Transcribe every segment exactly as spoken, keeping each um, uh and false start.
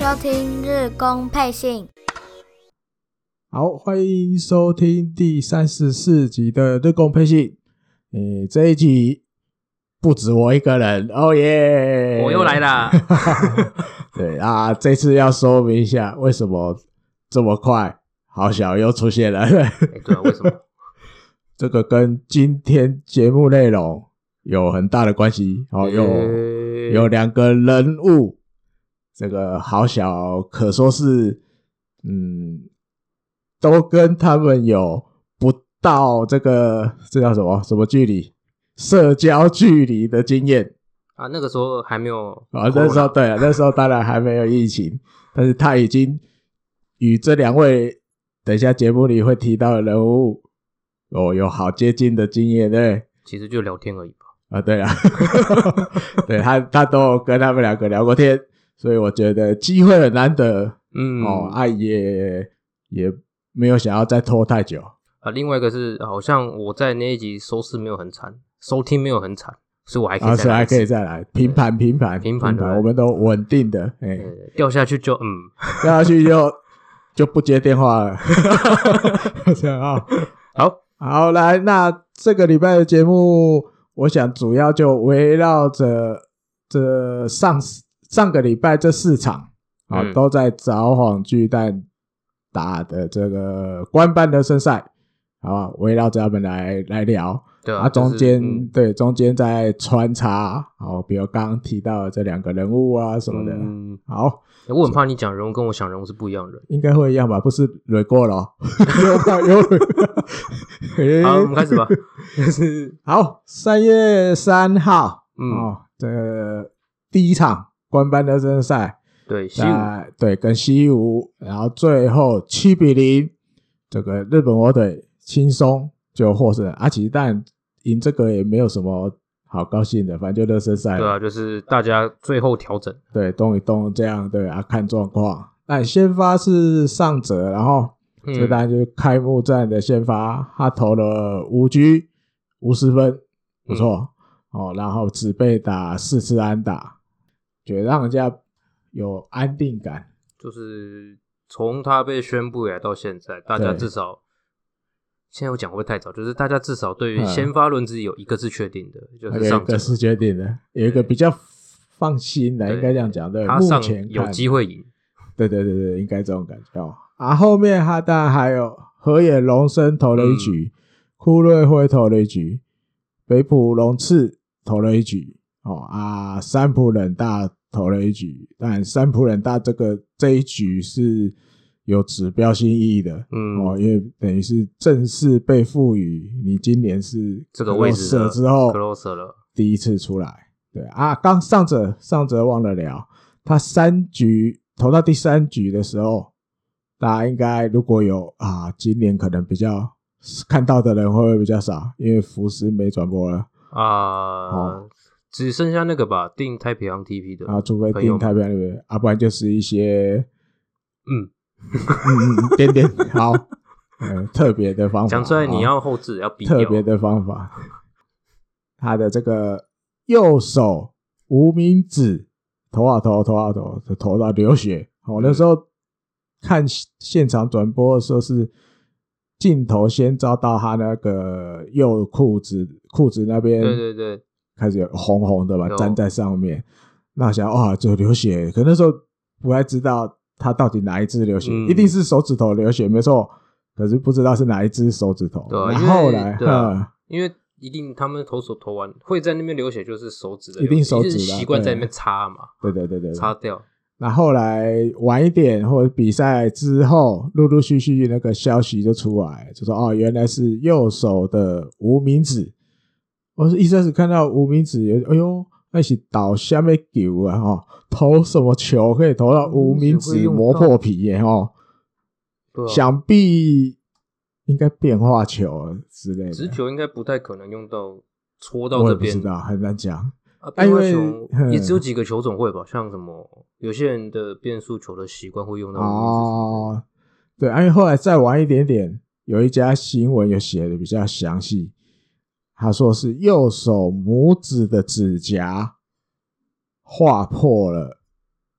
听日工配信。 好，欢迎收听第三十四集的日工配信。诶，这一集不止我一个人，哦耶！ 我又来啦。 对啊，这次要说明一下，为什么这么快好小又出现了？ 欸、对啊，为什么？ 这个跟今天节目内容有很大的关系哦，有、欸、有两个人物，这个好小可说是，嗯，都跟他们有不到这个这叫什么什么距离，社交距离的经验啊。那个时候还没有啊，那时候对啊，那时候当然还没有疫情，但是他已经与这两位等一下节目里会提到的人物哦有好接近的经验，对， 其实就聊天而已吧。 啊，对啊，对他他都有跟他们两个聊过天，所以我觉得机会很难得，嗯，哦，啊也也没有想要再拖太久啊。另外一个是，好像我在那一集收视没有很惨，收听没有很惨，所以我还可以再来一次，啊， 所以还可以再来平盘平盘平盘， 我们都稳定的，哎， 掉下去就嗯， 掉下去就就不接电话了，这样啊， 好好来，那这个礼拜的节目，我想主要就围绕着这上上个礼拜这四场啊，嗯，都在札幌巨蛋打的这个官办的胜赛，好吧，围绕着他们来来聊。 对啊， 啊中间， 就是嗯， 对中间再穿插，好，比如刚刚提到的这两个人物啊什么的。嗯，好， 我很怕你讲人物跟我想人物是不一样的人， 应该会一样吧？不是蕊过了，哦，有怕有蕊。 好，我们开始吧。 好，三月三号，嗯，哦，这个第一场官办的胜赛， 对西武， 对跟西武，然后最后七比零，这个日本火腿轻松就获胜啊！其实但赢这个也没有什么好高兴的，反正就热身赛。 对啊，就是大家最后调整， 对，动一动这样，对啊，看状况。但先发是上泽，然后这当然就是开幕战的先发，嗯，他投了五局五十分，不错，嗯，哦，然后只被打四次安打，觉得让人家有安定感。 就是从他被宣布以来到现在，大家至少。现在我讲会不会太早？就是大家至少对于先发轮值有一个是确定的，嗯，就是上有一个是确定的，有一个比较放心的，应该这样讲。对， 他上有机会赢。 对对对对，应该这种感觉哦。啊，后面他当然还有河野龙生投了一局，库瑞辉投了一局，北浦龙次投了一局，哦啊，三浦忍大投了一局。但三浦忍大这个这一局是有指标性意义的，嗯，哦，因为等于是正式被赋予你今年是这个位置之后了， 第一次出来，对啊，刚上者上者忘了聊，他三局投到第三局的时候，大家应该如果有啊，今年可能比较看到的人会不会比较少？因为福斯没转播了啊，哦，只剩下那个吧，订太平洋 T P 的啊，除非订太平洋 T P，啊，不然就是一些嗯。 嗯，点点好，呃，特别的方法讲出来，你要后置，要比特别的方法。他的这个右手无名指投啊投投啊投，投到流血。我，哦，那时候看现场转播的时候，是镜头先照到他那个右裤子裤子那边， 对对对， 开始有红红的嘛，粘在上面。那想哇，就流血，可那时候不太知道他到底哪一只流血，嗯，一定是手指头流血没错，可是不知道是哪一只手指头。 对，啊， 然后后来， 对啊，因为一定他们投手投完会在那边流血，就是手指的流血， 一定手指的习惯在那边擦嘛。 对对对对， 擦掉。 那后来晚一点或者比赛之后，陆陆续续那个消息就出来，就说哦，原来是右手的无名指。我是一开始看到无名指，哎呦，那是倒什么球啊？哈，投什么球可以投到无名指磨破皮耶？哈， 啊， 想必应该变化球之类的。 直球应该不太可能用到戳到这边， 我也不知道，很难讲。 啊，变化球也只有几个球种会吧，像什么有些人的变速球的习惯会用到无名指。 哦，对，因为后来再晚一点点，有一家新闻有写的比较详细，他说是右手拇指的指甲划破了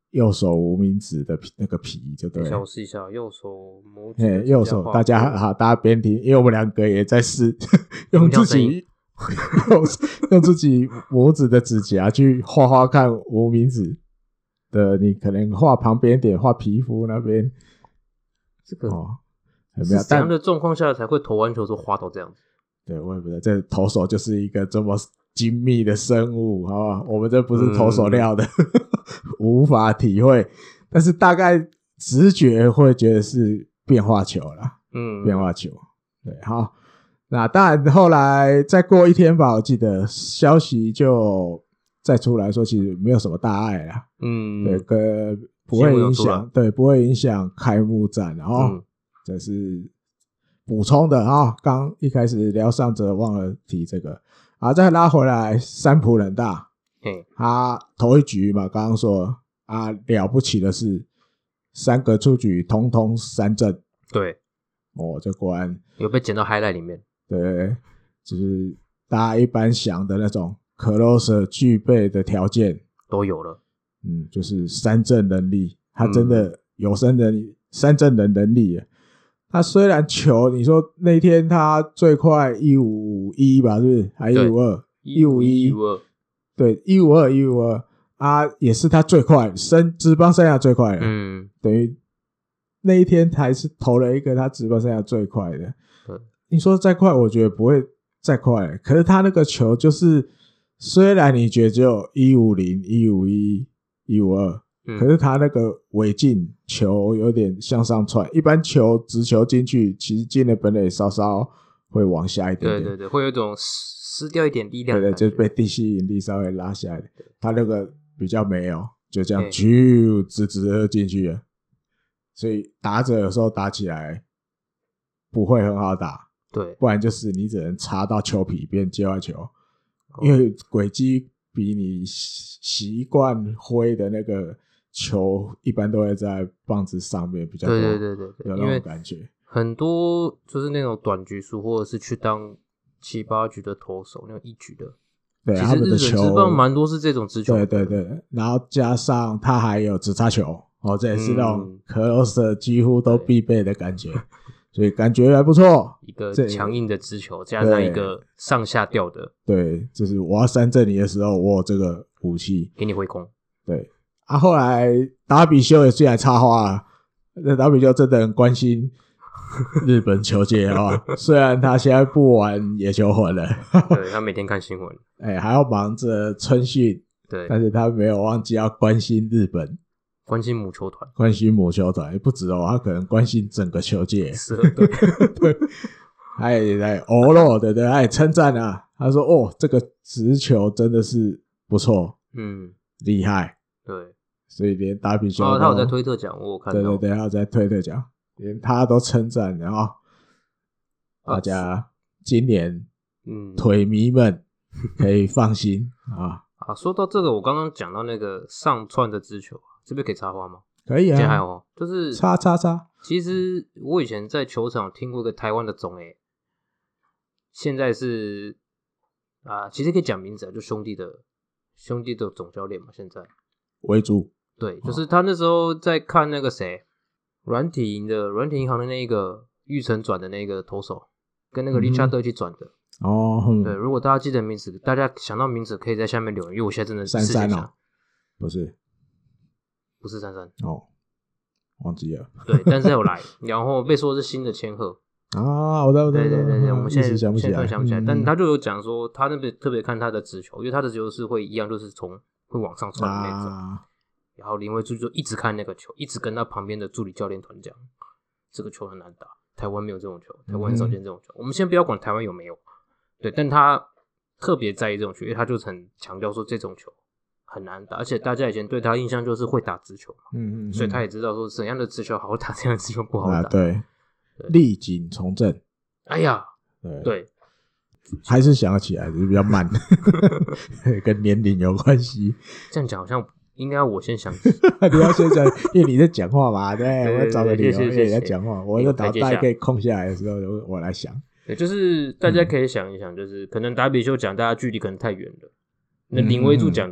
右手无名指的皮那个皮，就对了。 我试一下，右手拇指的右手，大家好，大家边听，因为我们两个也在试用自己用用自己拇指的指甲去画画看无名指的，你可能画旁边点，画皮肤那边。 这个哦， 是怎样的状况下才会投完球时候画到这样子？ 对，我也不知道，这投手就是一个这么精密的生物，好吧？我们这不是投手料的，嗯、无法体会。但是大概直觉会觉得是变化球啦，嗯，变化球。对，好，那当然后来再过一天吧，我记得消息就再出来说，其实没有什么大碍啦，嗯，对，跟不会影响，对，不会影响开幕战，然后、嗯、这是补充的啊。刚一开始聊上则忘了提这个啊，再拉回来三浦人大，嗯，他头一局嘛，刚刚说啊，了不起的是三个出局，通通三振， 对， 哦，这果然有被捡到 highlight 里面， 对，就是大家一般想的那种 closer 具备的条件都有了。 嗯，就是三振能力，他真的有三振三振的能力。他虽然球，你说那天他最快一五一吧，是不是？还一五二，一五一，对，一五二，一五二啊，也是他最快，生职棒生涯最快的。嗯，等于那一天还是投了一个他职棒生涯最快的。你说再快，我觉得不会再快，可是他那个球就是，虽然你觉得只有一五零、一五一。一五二，可是他那个尾劲球有点向上窜，一般球直球进去，其实进了本垒稍稍会往下一点点， 对对对，会有一种失掉一点力量， 对对，就被地吸引力稍微拉下来。他那个比较没有，就这样啾直直的进去了，所以打者有时候打起来不会很好打， 对， 不然就是你只能插到球皮变接外球，因为轨迹比你习惯挥的那个球一般都会在棒子上面比较多， 对对对对对， 有那种感觉。 很多就是那种短局数或者是去当七八局的投手，那种一局的， 对， 其实日本职棒蛮多是这种直球， 对对对，然后加上他还有直插球，哦，这也是那种 closer 几乎都必备的感觉。所以感觉还不错， 一个强硬的直球加上一个上下吊的， 对，就是我要三振你的时候，我有这个武器给你挥空。 对啊，后来达比修也进来插花了，那达比修真的很关心日本球界啊，虽然他现在不玩野球魂了， 对他每天看新闻， 哎、欸，还要忙着春训， 对， 但是他没有忘记要关心日本。 关心母球团， 关心母球团也不止哦，他可能关心整个球界。 是，对， 对，他也在哦咯，对对，他也称赞啊，他说：“哦，这个直球真的是不错，嗯，厉害。” 对， 所以连达比修， 哦，他有在推特讲，我有看到， 对对对，他有在推特讲，连他都称赞，然后大家今年，嗯，腿迷们可以放心啊。 啊，说到这个，我刚刚讲到那个上窜的直球。这边可以插花吗？ 可以啊。 今天还有哦，就是插插插。 其实我以前在球场听过一个台湾的总诶，现在是啊，其实可以讲名字啊，就兄弟的兄弟的总教练嘛，现在为主。 对，就是他那时候在看那个谁，软体银的软体银行的那个玉成转的那个投手，跟那个 Richard 一起转的。 哦、嗯， 对，如果大家记得名字，大家想到名字可以在下面留言，因为我现在真的三三哦，不是。 不是三三哦，忘记了。 对，但是有来，然后被说是新的千鹤啊，我知道，我知道， 对对对对，我们现在想不起来， 现在想不起来，嗯、但他就有讲说，他那边特别看他的直球，因为他的直球是会一样，就是从会往上窜的那种。啊、然后林威柱就一直看那个球，一直跟他旁边的助理教练团讲，这个球很难打，台湾没有这种球，台湾很少见这种球。嗯、我们先不要管台湾有没有，对，但他特别在意这种球，因为他就很强调说这种球很难打，而且大家以前对他印象就是会打直球嘛，嗯嗯，所以他也知道说怎样的直球好打，怎样的直球不好打，啊、 对，历经从政， 哎呀， 对对， 还是想得起来，只是比较慢，跟年龄有关系。 这样讲好像应该我先想起， 你要先讲，因为你在讲话嘛，对，对对对我要找个理由，因为你在讲话，我的脑袋可以空下来的时候，我来想。 对，就是大家可以想一想，就是、嗯、可能达比修讲大家距离可能太远了。那林威柱讲的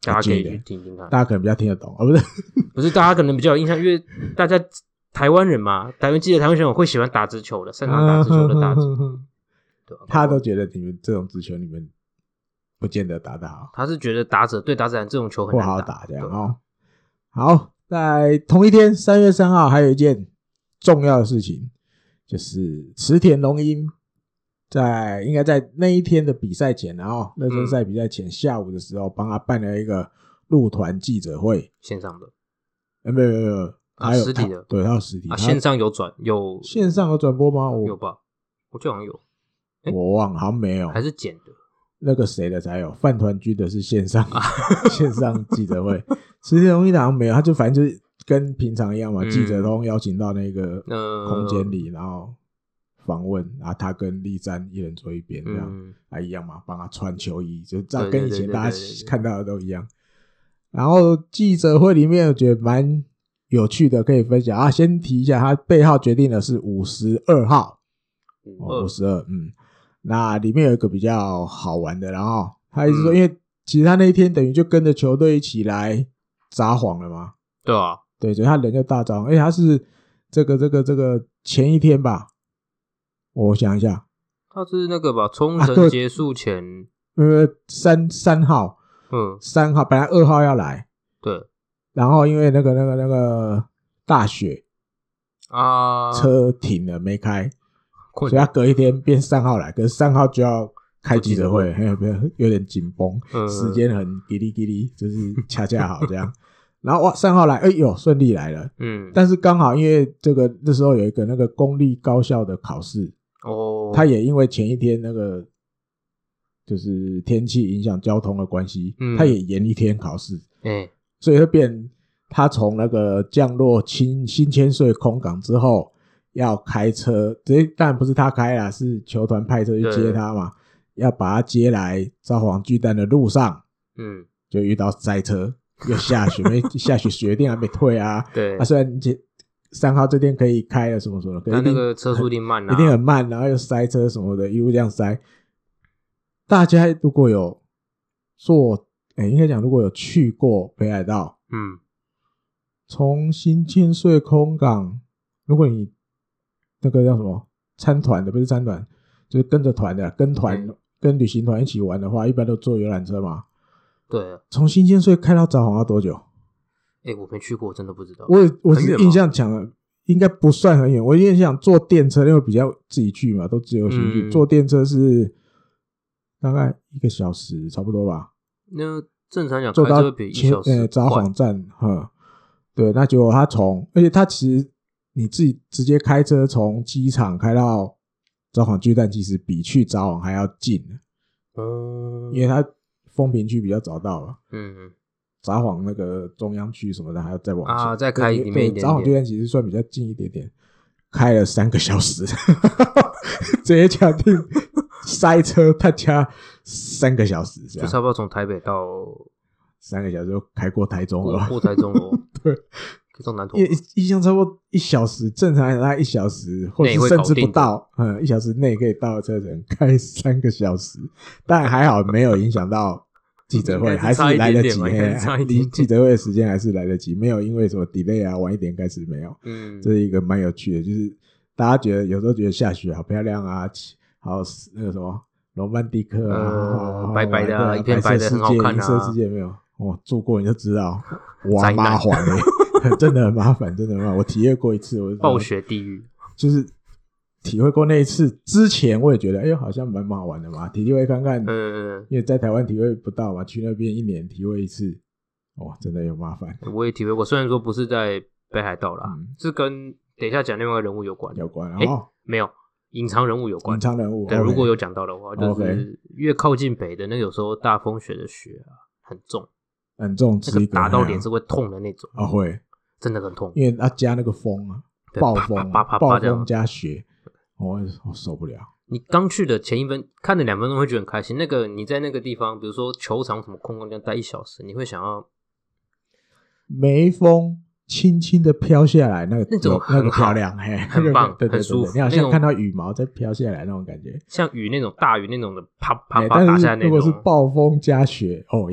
大家可以去听听看， 大家可能比较听得懂，哦，不是不是大家可能比较有印象，因为大家台湾人嘛，台湾记得台湾选手会喜欢打直球的，擅长打直球的打直球，对吧？ 他都觉得你们这种直球你们不见得打得好， 他是觉得打者对打者这种球很不好打这样哦。好，在同一天三月三号还有一件重要的事情，就是池田龙鹰在应该在那一天的比赛前，然后热身赛比赛前、嗯、下午的时候帮他办了一个入团记者会， 线上的， 欸、没有没有没有， 啊他有实体的， 对，他有实体， 啊线上有转有线上有转播吗？我有吧，我记得好像有，欸、 我忘了，好像没有， 还是剪的。 那个谁的才有，饭团君的是线上、啊、线上记者会，池田龙一好像没有，他就反正就是跟平常一样嘛，嗯、记者都邀请到那个空间里，呃、然后访问，然后他跟立山一人坐一边，这样、嗯、啊一样嘛，帮他穿球衣，就这样跟以前大家看到的都一样。然后记者会里面我觉得蛮有趣的，可以分享啊。先提一下，他背号决定的是五十二号，五十二，嗯。那里面有一个比较好玩的，然后他意思说，因为其实他那一天等于就跟着球队一起来札幌了嘛， 对啊， 对，所以他人就大札幌，而且他是这个这个这个前一天吧，我想一下， 他是那个吧，冲绳结束前， 呃，三三号， 嗯， 三号本来二号要来， 对， 然后因为那个那个那个大雪啊， 车停了没开。所以他隔一天变三号来，可是三号就要开记者会，有点紧绷，嗯、时间很叽哩叽哩，就是恰恰好这样。然后哇，三号来，哎呦，顺利来了，嗯。但是刚好因为这个那时候有一个那个公立高校的考试，哦，他也因为前一天那个就是天气影响交通的关系，嗯，他也延一天考试， 哎， 所以会变他从那个降落新新千岁空港之后。要开车，这当然不是他开啦，是球团派车去接他嘛。要把他接来札幌巨蛋的路上，嗯，就遇到塞车，又下雪，没下雪，雪一定还没退啊。 对， 啊，虽然三号这天可以开了什么什么， 但那个车速一定慢啊， 一定很慢，然后又塞车什么的，一路这样塞。大家如果有坐，哎、欸，应该讲如果有去过北海道，嗯，从新千岁空港，如果你那个叫什么参团的，不是参团，就是跟着团的，跟团、嗯、跟旅行团一起玩的话，一般都坐游览车嘛。 对， 从新千岁开到札幌要多久？ 哎、欸，我没去过，真的不知道。 我我是印象讲了，应该不算很远。我印象坐电车，因为比较自己去嘛，都自由行去，嗯、坐电车是大概一个小时，差不多吧。 那正常讲，坐到比一小时呃札幌站，哈，对，那结果他从，而且他其实。你自己直接开车从机场开到札幌巨蛋，其实比去札幌还要近，嗯，因为它丰平区比较早到了，嗯，札幌那个中央区什么的还要再往前啊，再开里面一点点。 札幌巨蛋其实算比较近一点点，开了三个小时，直接假定塞车，他加三个小时， 就差不多从台北到三个小时就开过台中了， 过台中了， 对。因为一箱差不多一小时，正常大概一小时，或者甚至不到，嗯，一小时内可以到的车程，开三个小时，但还好没有影响到记者会，还是来得及，离记者会的时间还是来得及，没有因为什么 delay 啊，晚一点开始没有，嗯，这是一个蛮有趣的，就是大家觉得有时候觉得下雪好漂亮啊，好那个什么罗曼蒂克啊， 嗯、白白的、啊，一片白的很好看啊， 银色世界没有，哦，住过你就知道，哇，麻烦欸。真的很麻烦，真的很麻烦。我体验过一次，我暴雪地狱， 就是体会过那一次之前，我也觉得，哎呦，好像蛮好玩的嘛，体会看看。嗯，因为在台湾体会不到嘛，去那边一年体会一次，哇，真的有麻烦。 我也体会过，虽然说不是在北海道啦，嗯、是跟等一下讲另外一个人物有关， 有关。 哎、欸，没有，隐藏人物有关， 隐藏人物。 对， okay. 如果有讲到的话，就是越靠近北的，那有时候大风雪的雪啊很重， 很重， 那个打到脸是会痛的那种。 啊，会。 真的很痛， 因为要加那个风啊，暴风、啊，暴风加雪，我我受不了。 你刚去的前一分看了两分钟会觉得很开心，那个你在那个地方，比如说球场什么空旷地方待一小时，你会想要微风轻轻的飘下来，那个那种那个漂亮，嘿， 很棒， 对对对对， 很舒服， 你好像看到羽毛在飘下来那种感觉， 像雨那种大雨那种的啪啪啪打下来那种。 如果是暴风加雪，哦呀，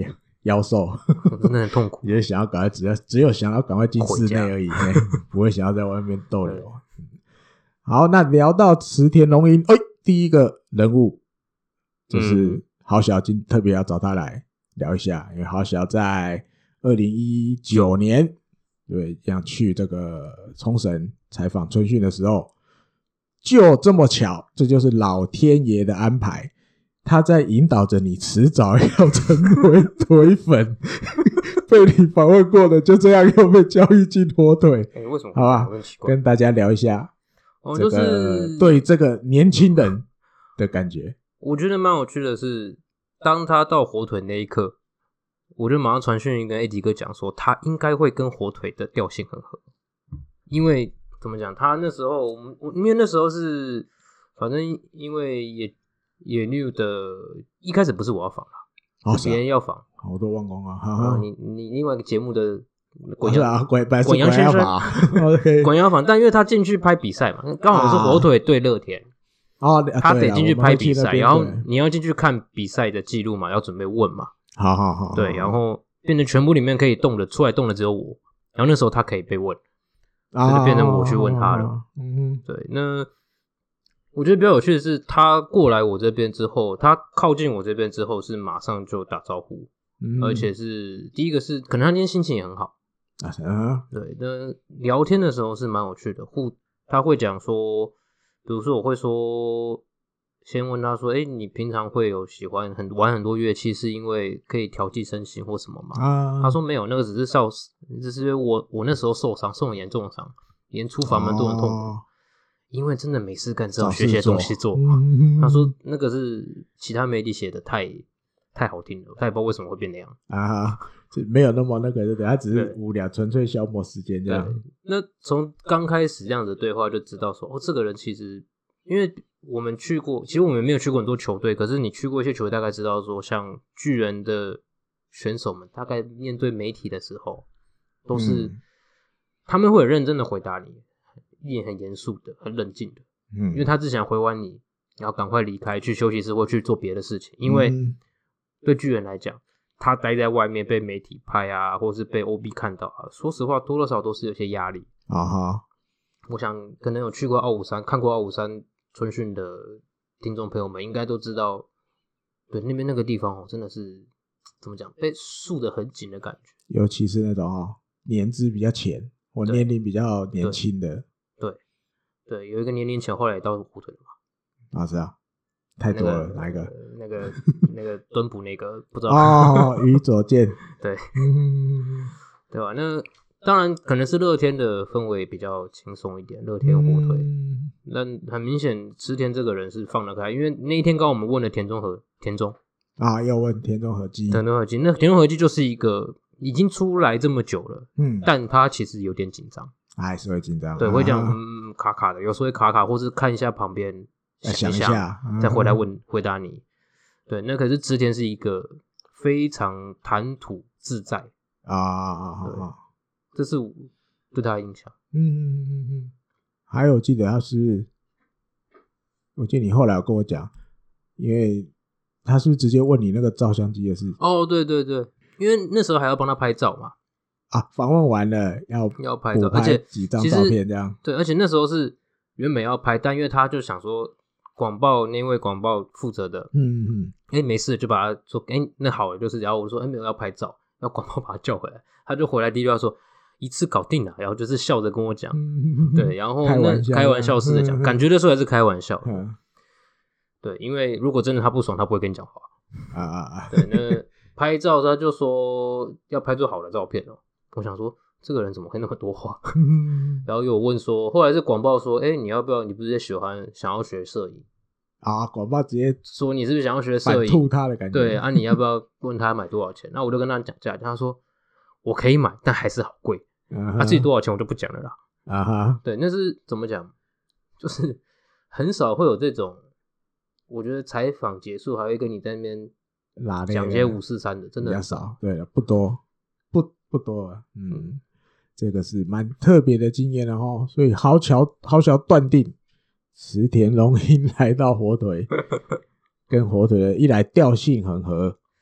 妖兽， 真的很痛苦， 也想要赶快只要只有想要赶快进室内而已，不会想要在外面逗留。好，那聊到池田龙吟，哎，第一个人物就是郝小金，特别要找他来聊一下，因为郝小在二零一九年对这样去这个冲绳采访春训的时候，就这么巧，这就是老天爷的安排，他在引导着你迟早要成为腿粉被你访问过的就这样又被交易进火腿、 欸、为什么好吧，跟大家聊一下、 哦这个、 就是对这个年轻人的感觉。 我觉得蛮有趣的是，当他到火腿那一刻，我就马上传讯跟 A D 哥讲说，他应该会跟火腿的调性很合，因为怎么讲，他那时候我因为那时候是反正因为野野六的一开始不是我要访啦， 哦、 是别人要访， 我都忘光了。哈哈、 哈你你另外一个节目的滚阳、啊、滚滚阳先生 ，OK， 滚阳访，但因为他进去拍比赛嘛，刚好是火腿对乐天。 哦， 他得进去拍比赛，然后你要进去看比赛的记录嘛，要准备问嘛。 好好好， 对，然后变成全部里面可以动的，出来动的只有我。然后那时候他可以被问， 啊、 所以就变成我去问他了。 嗯， 对。那我觉得比较有趣的是，他过来我这边之后，他靠近我这边之后是马上就打招呼，嗯、而且是第一个是可能他今天心情也很好。 啊， 对，那聊天的时候是蛮有趣的，互他会讲说。比如说我会说先问他说诶、欸、你平常会有喜欢很玩很多乐器是因为可以调剂身心或什么吗、 啊、 他说没有，那个只是受只是因为我我那时候受伤受很严重的伤，连出房门都很痛苦、哦、因为真的没事干只好学些东西做、嗯、他说那个是其他媒体写的太太好听了，他也不知道为什么会变那样啊，没有那么那个，他只是无聊，纯粹消磨时间这样。 那从刚开始这样子的对话就知道说，哦，这个人其实，因为我们去过，其实我们没有去过很多球队，可是你去过一些球队，大概知道说，像巨人的选手们，大概面对媒体的时候，都是、嗯、他们会很认真的回答你，一脸很严肃的，很冷静的，嗯，因为他只想回完你，然后赶快离开，去休息室或去做别的事情，因为。嗯对巨人来讲，他待在外面被媒体拍啊，或是被 O B 看到啊，说实话多多少少都是有些压力啊哈。 我想可能有去过奥武山、看过奥武山春训的听众朋友们，应该都知道，对那边那个地方哦，真的是怎么讲，被束得很紧的感觉。 尤其是那种哦年资比较浅或年龄比较年轻的， 对 对, 对，有一个年龄前后来也到火腿了嘛。 啊是啊。太多了， 那个、 哪一个？ 那个那个敦补那个不知道哦，宇佐健对，对吧？那当然可能是乐天的氛围比较轻松一点，乐天火腿。那、嗯、很明显，池田这个人是放得开，因为那一天刚我们问了田中和田中啊，要问田中和基， 田中和基，那田中和基就是一个已经出来这么久了， 嗯， 但他其实有点紧张， 还是会紧张， 对，会这样、啊、嗯卡卡的，有时候会卡卡，或是看一下旁边。 想一下， 嗯、再回来问回答你。对，那可是池田是一个非常谈吐自在啊啊啊！ 这是对他的印象。 嗯嗯嗯嗯。还有，记得他是，我记得你后来有跟我讲，因为他是不是直接问你那个照相机的事？ 哦，对对对，因为那时候还要帮他拍照嘛。 啊，访问完了要要拍照，而且几张照片这样。 对，而且那时候是原本要拍，但因为他就想说。广报那位广报负责的， 嗯嗯， 哎、欸，没事就把他说，哎、欸，那好了，就是然后我说，哎、欸，没有要拍照，要广报把他叫回来，他就回来第一句话说一次搞定了，然后就是笑着跟我讲，嗯、对，然后那开玩笑式的讲，感觉的时候还是开玩笑，嗯、对，因为如果真的他不爽，他不会跟你讲话啊啊啊， 对，那拍照他就说要拍出好的照片哦，我想说。这个人怎么会那么多话？然后又问说，后来是广报说，哎、欸，你要不要？你不是也喜欢想要学摄影啊？广报直接说你是不是想要学摄影？ 反吐他的感觉。 对啊，你要不要问他买多少钱？那我就跟他讲价钱，他说我可以买，但还是好贵。他、uh-huh. 啊、至于多少钱我就不讲了啦。 啊哈， 对，那是怎么讲？就是很少会有这种，我觉得采访结束还会跟你在那边讲些五四三的，真的比较少。对了，不多，不不多了。嗯。嗯这个是蛮特别的经验了齁，所以好巧好巧断定池田龙吟来到火腿跟火腿的一来调性很合，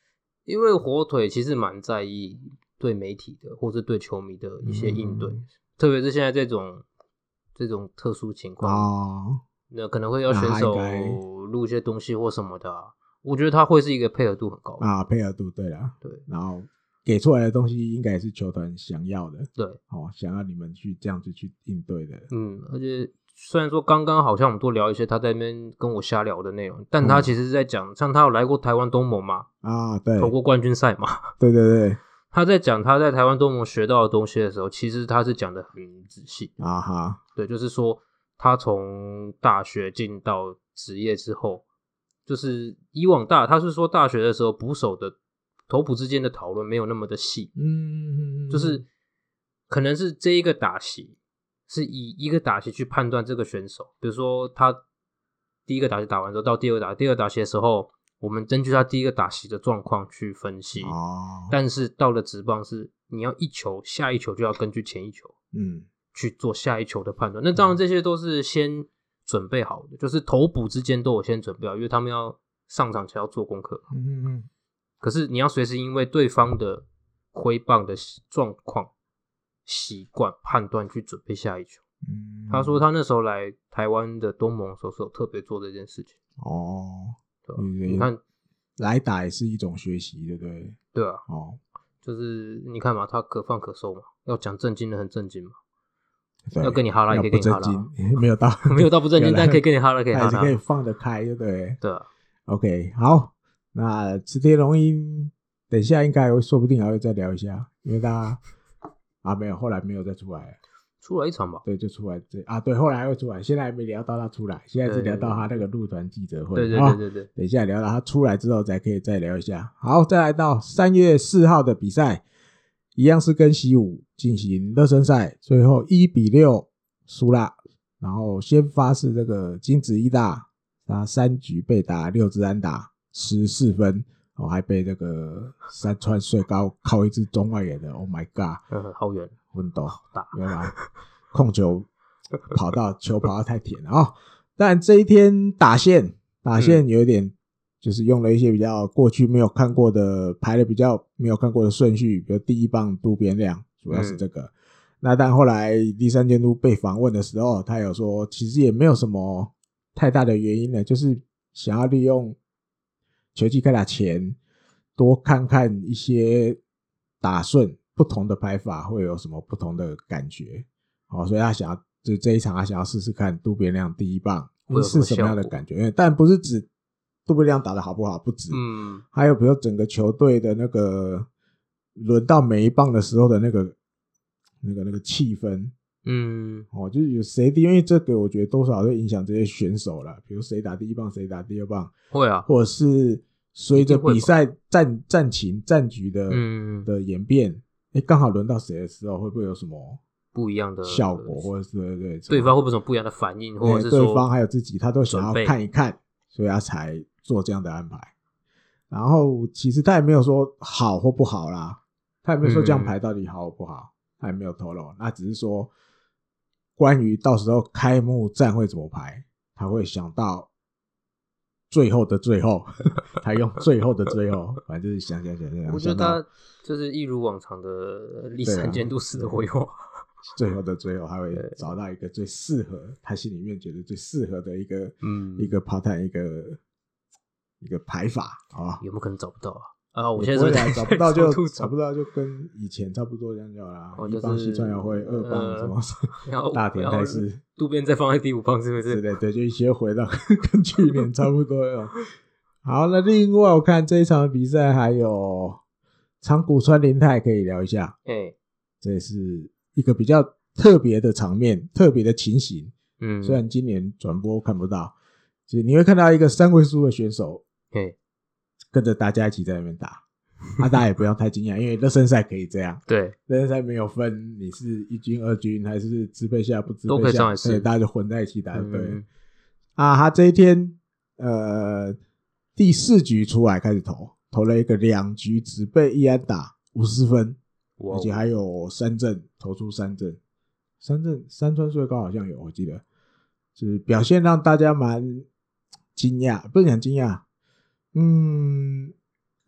因为火腿其实蛮在意对媒体的或是对球迷的一些应对，嗯、特别是现在这种这种特殊情况，哦，那可能会要选手录一些东西或什么的、啊，我觉得他会是一个配合度很高啊，配合度对啦， 对， 然后给出来的东西应该也是球团想要的， 对， 哦，想要你们去这样子去应对的， 嗯，而且虽然说刚刚好像我们多聊一些他在那边跟我瞎聊的内容，但他其实是在讲、嗯，像他有来过台湾东盟嘛， 啊，对， 投过冠军赛嘛， 对对对， 他在讲他在台湾东盟学到的东西的时候，其实他是讲的很仔细啊哈， 对，就是说他从大学进到职业之后，就是以往大他是说大学的时候捕手的投捕之间的讨论没有那么的细，嗯，就是可能是这一个打席是以一个打席去判断这个选手，比如说他第一个打席打完之后到第二个打第二个打席的时候，我们根据他第一个打席的状况去分析，哦，但是到了职棒是你要一球下一球就要根据前一球，嗯，去做下一球的判断，那当然这些都是先准备好的，就是投捕之间都有先准备好，因为他们要上场前要做功课，嗯嗯，可是你要随时因为对方的挥棒的状况习惯判断去准备下一球，嗯，他说他那时候来台湾的东盟的时候是有特别做这件事情哦， 对吧？你看来打也是一种学习，对不对？ 对啊，哦，就是你看嘛，他可放可收嘛，要讲正经的很正经嘛，要跟你哈拉也可以跟你哈拉， 没有到没有到不正经，但可以跟你哈拉，可以哈拉， 还是可以放得开，对不对？ 对啊 ，OK， 好，那池田龙一等一下应该说不定还会再聊一下，因为他啊没有，后来没有再出来了， 出来一场吧？ 对，就出来这啊，对，后来还会出来，现在还没聊到他出来，现在是聊到他那个入团记者会， 对对对对对， 等一下聊到他出来之后才可以再聊一下。好，再来到三月四号的比赛，一样是跟西武进行热身赛，最后一比六输啦。然后先发是这个金子一大，他三局被打六支安打，十四分，哦，还被这个山川穗高靠一支中外野的 ，Oh my god， 嗯，好远， 温斗好大， 原来控球跑到球跑到太甜了啊、哦！但这一天打线打线有一点。嗯，就是用了一些比较过去没有看过的排的比较没有看过的顺序，比如第一棒渡边亮，主要是这个。嗯、那但后来第三监督被访问的时候，他有说其实也没有什么太大的原因呢，就是想要利用球季开打前多看看一些打顺不同的排法会有什么不同的感觉。哦，所以他想要就这一场他想要试试看渡边亮第一棒是什么样的感觉，但不是指渡边亮打得好不好不止，嗯，还有比如整个球队的那个轮到每一棒的时候的那个那个那个气氛，嗯，哦，就是有谁第，因为这个我觉得多少会影响这些选手啦，比如谁打第一棒谁打第二棒， 会啊， 或者是随着比赛战战情战局的嗯的演变，诶，刚好轮到谁的时候，会不会有什么不一样的效果，或者是对对对方会不会有什么不一样的反应，或者是说对方还有自己他都想要看一看，所以他才做这样的安排。然后其实他也没有说好或不好啦，他也没有说这样排到底好或不好，他也没有透露，那只是说关于到时候开幕战会怎么排，他会想到最后的最后他用最后的最后，反正就是想想想想， 我觉得他就是一如往常的第三监督式的规划， 最后的最后，他会找到一个最适合他心里面觉得最适合的一个，嗯，一个跑坦一个一个排法，好吧？ 有没有可能找不到啊？啊，我现在是是找不到就找不到就跟以前差不多这样就好啦。 哦，就是一棒西川遥辉，二棒什么、呃、大田泰示， 渡边再放在第五棒，是不是？ 对对对，就一些回到跟去年差不多哟。好，那另外我看这一场比赛还有长谷川麟太可以聊一下，哎、欸，这也是一个比较特别的场面，特别的情形。嗯，虽然今年转播看不到，就是你会看到一个三位数的选手，哎、欸，跟着大家一起在那边打。啊，大家也不要太惊讶，因为热身赛可以这样。 对， 热身赛没有分你是一军、二军还是支配下不支配下， 都可以上来试， 对，大家就混在一起打。对、嗯，啊，他这一天呃第四局出来开始投，投了一个两局只被一安打五十分，而且还有三振，投出三振，三振山川穗高好像有，我记得，就是表现让大家蛮惊讶，不是很惊讶，嗯。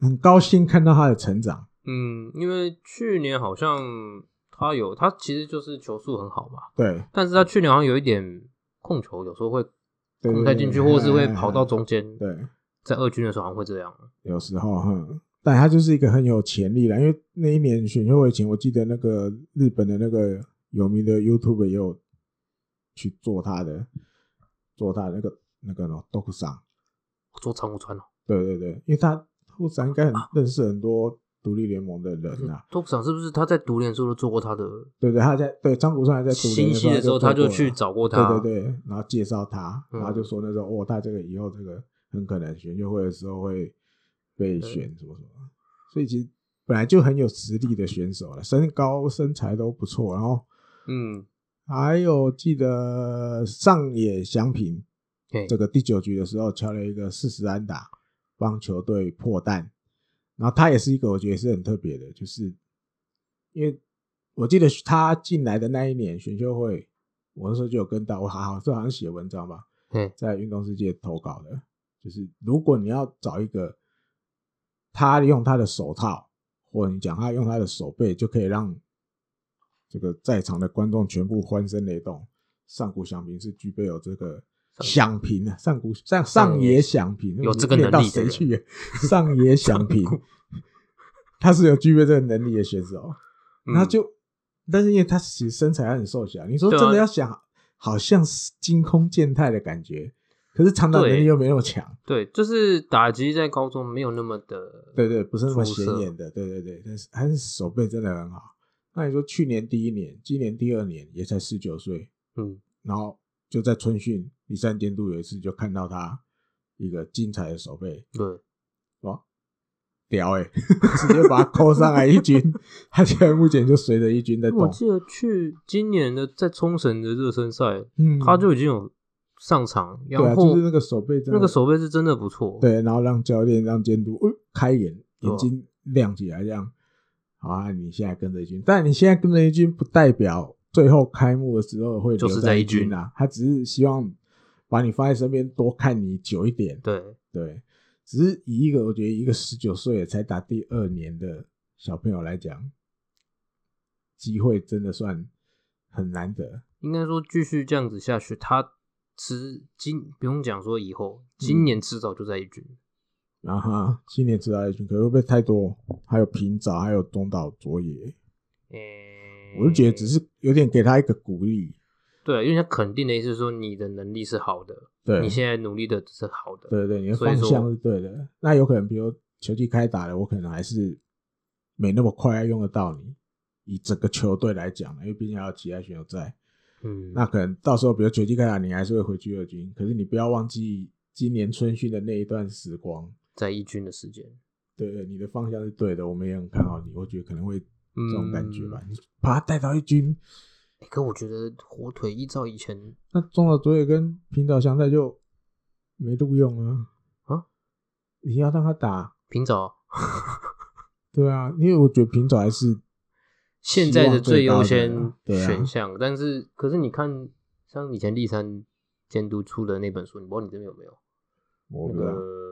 很高兴看到他的成长。 嗯，因为去年好像他有他其实就是球速很好嘛， 对， 但是他去年好像有一点控球，有时候会控太进去，或者是会跑到中间。 对， 在二军的时候好像会这样。 有时候哼，但他就是一个很有潜力的，因为那一年选秀会前，我记得那个日本的那个有名的 YouTube 也有去做他的，做他的那个那个呢，豆腐上做长谷川哦。 对对对，因为他豆腐上应该很认识很多独立联盟的人啊。 豆腐上是不是他在独联的时候都做过他的？ 对对，他在对张谷川还在独联新系的时候他就去找过他， 对对对，然后介绍他， 嗯、 然后就说那时候哦，他这个以后这个很可能选秀会的时候会被选什么什么，所以其实本来就很有实力的选手了，身高身材都不错，然后嗯， 还有记得上野翔平这个第九局的时候敲了一个四十安打，帮球队破蛋，然后他也是一个我觉得是很特别的，就是因为我记得他进来的那一年选秀会，我那时候就有跟到，我好像这好像写文章吧，在运动世界投稿的，就是如果你要找一个他用他的手套，或者你讲他用他的手背就可以让这个在场的观众全部欢声雷动，上谷翔平是具备有这个响平啊，上谷上上野响平有这个能力的人， 谁去上野响平，他是有具备这个能力的选手，嗯、他就但是因为他其实身材很瘦小，你说真的要想，啊、好像是惊空健太的感觉。可是长打能力又没那么强， 对，就是打击在高中没有那么的， 对对，不是那么显眼的，对对对，但是还是手背真的很好。那你说去年第一年，今年第二年也才十九岁， 嗯， 然后就在春训第三监督有一次就看到他一个精彩的手背， 对， 哇，屌欸直接把他扣上来一军，他现在目前就随着一军在动。 我记得去今年的在冲绳的热身赛， 嗯， 他就已经有上场，然后、 对啊、就是那个手背真的， 那个手背是真的不错， 对，然后让教练让监督、呃、开眼眼睛亮起来，这样。好啊，你现在跟着一军，但你现在跟着一军不代表最后开幕的时候会留在一军啊，他只是希望把你放在身边多看你久一点。 对对，只是以一个我觉得一个十九岁才打第二年的小朋友来讲，机会真的算很难得。 应该说继续这样子下去，他迟今不用讲说以后，今年迟早就在一军。 啊哈，今年迟早一军，可是会不会太多？还有平沼，还有中岛卓也，欸、我就觉得只是有点给他一个鼓励。 对，因为他肯定的意思是说你的能力是好的， 对， 你现在努力的是好的， 对对，你的方向是对的。那有可能，比如球季开打了，我可能还是没那么快用得到你。以整个球队来讲，因为毕竟还有其他选手在， 嗯， 那可能到时候比如球季开打，你还是会回去二军，可是你不要忘记今年春训的那一段时光。 在一军的时间， 对对，你的方向是对的，我们也很看好你，我觉得可能会这种感觉吧。嗯、你把他带到一军， 欸、可我觉得火腿依照以前， 那中岛卓也跟平沼翔太就没录用啊啊！ 你要让他打平沼， 对啊，因为我觉得平沼还是现在的最优先选项， 啊、 但是可是你看，像以前立山监督出的那本书，你不知道你这边有没有？ 我不知道。 那个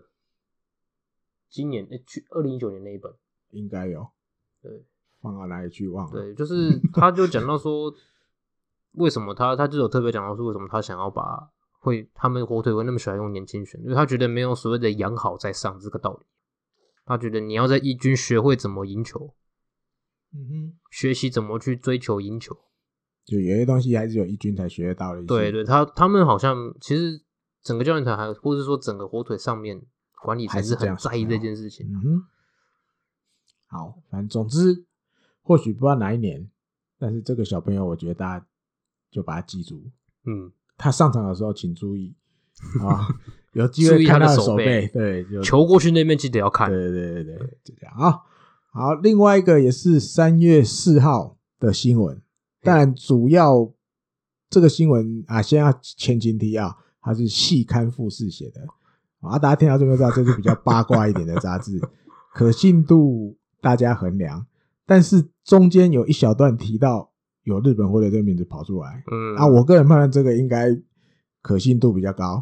今年诶，去二零一九年那一本应该有， 对， 放到哪里去忘了？ 对，就是他就讲到说，为什么他他就有特别讲到说，为什么他想要把会他们火腿会那么喜欢用年轻选，因为他觉得没有所谓的养好再上这个道理，他觉得你要在一军学会怎么赢球， 嗯哼， 学习怎么去追求赢球， 就有些东西还是有一军才学得到的。 对对，他他们好像其实整个教练团还或者说整个火腿上面。管理层是很在意这件事情。 嗯哼，好，反正总之，或许不知道哪一年，但是这个小朋友，我觉得大家就把他记住。 嗯， 他上场的时候请注意啊，有机会看他的手背，对， 球过去那边记得要看。 对对对对对，就这样啊。好，另外一个也是三月四号的新闻，但主要这个新闻啊，先要前情提要，它是系刊富士写的。啊，大家听到这边知道，这是比较八卦一点的杂志，可信度大家衡量，但是中间有一小段提到有日本火腿这个名字跑出来，嗯，啊，我个人判断这个应该可信度比较高，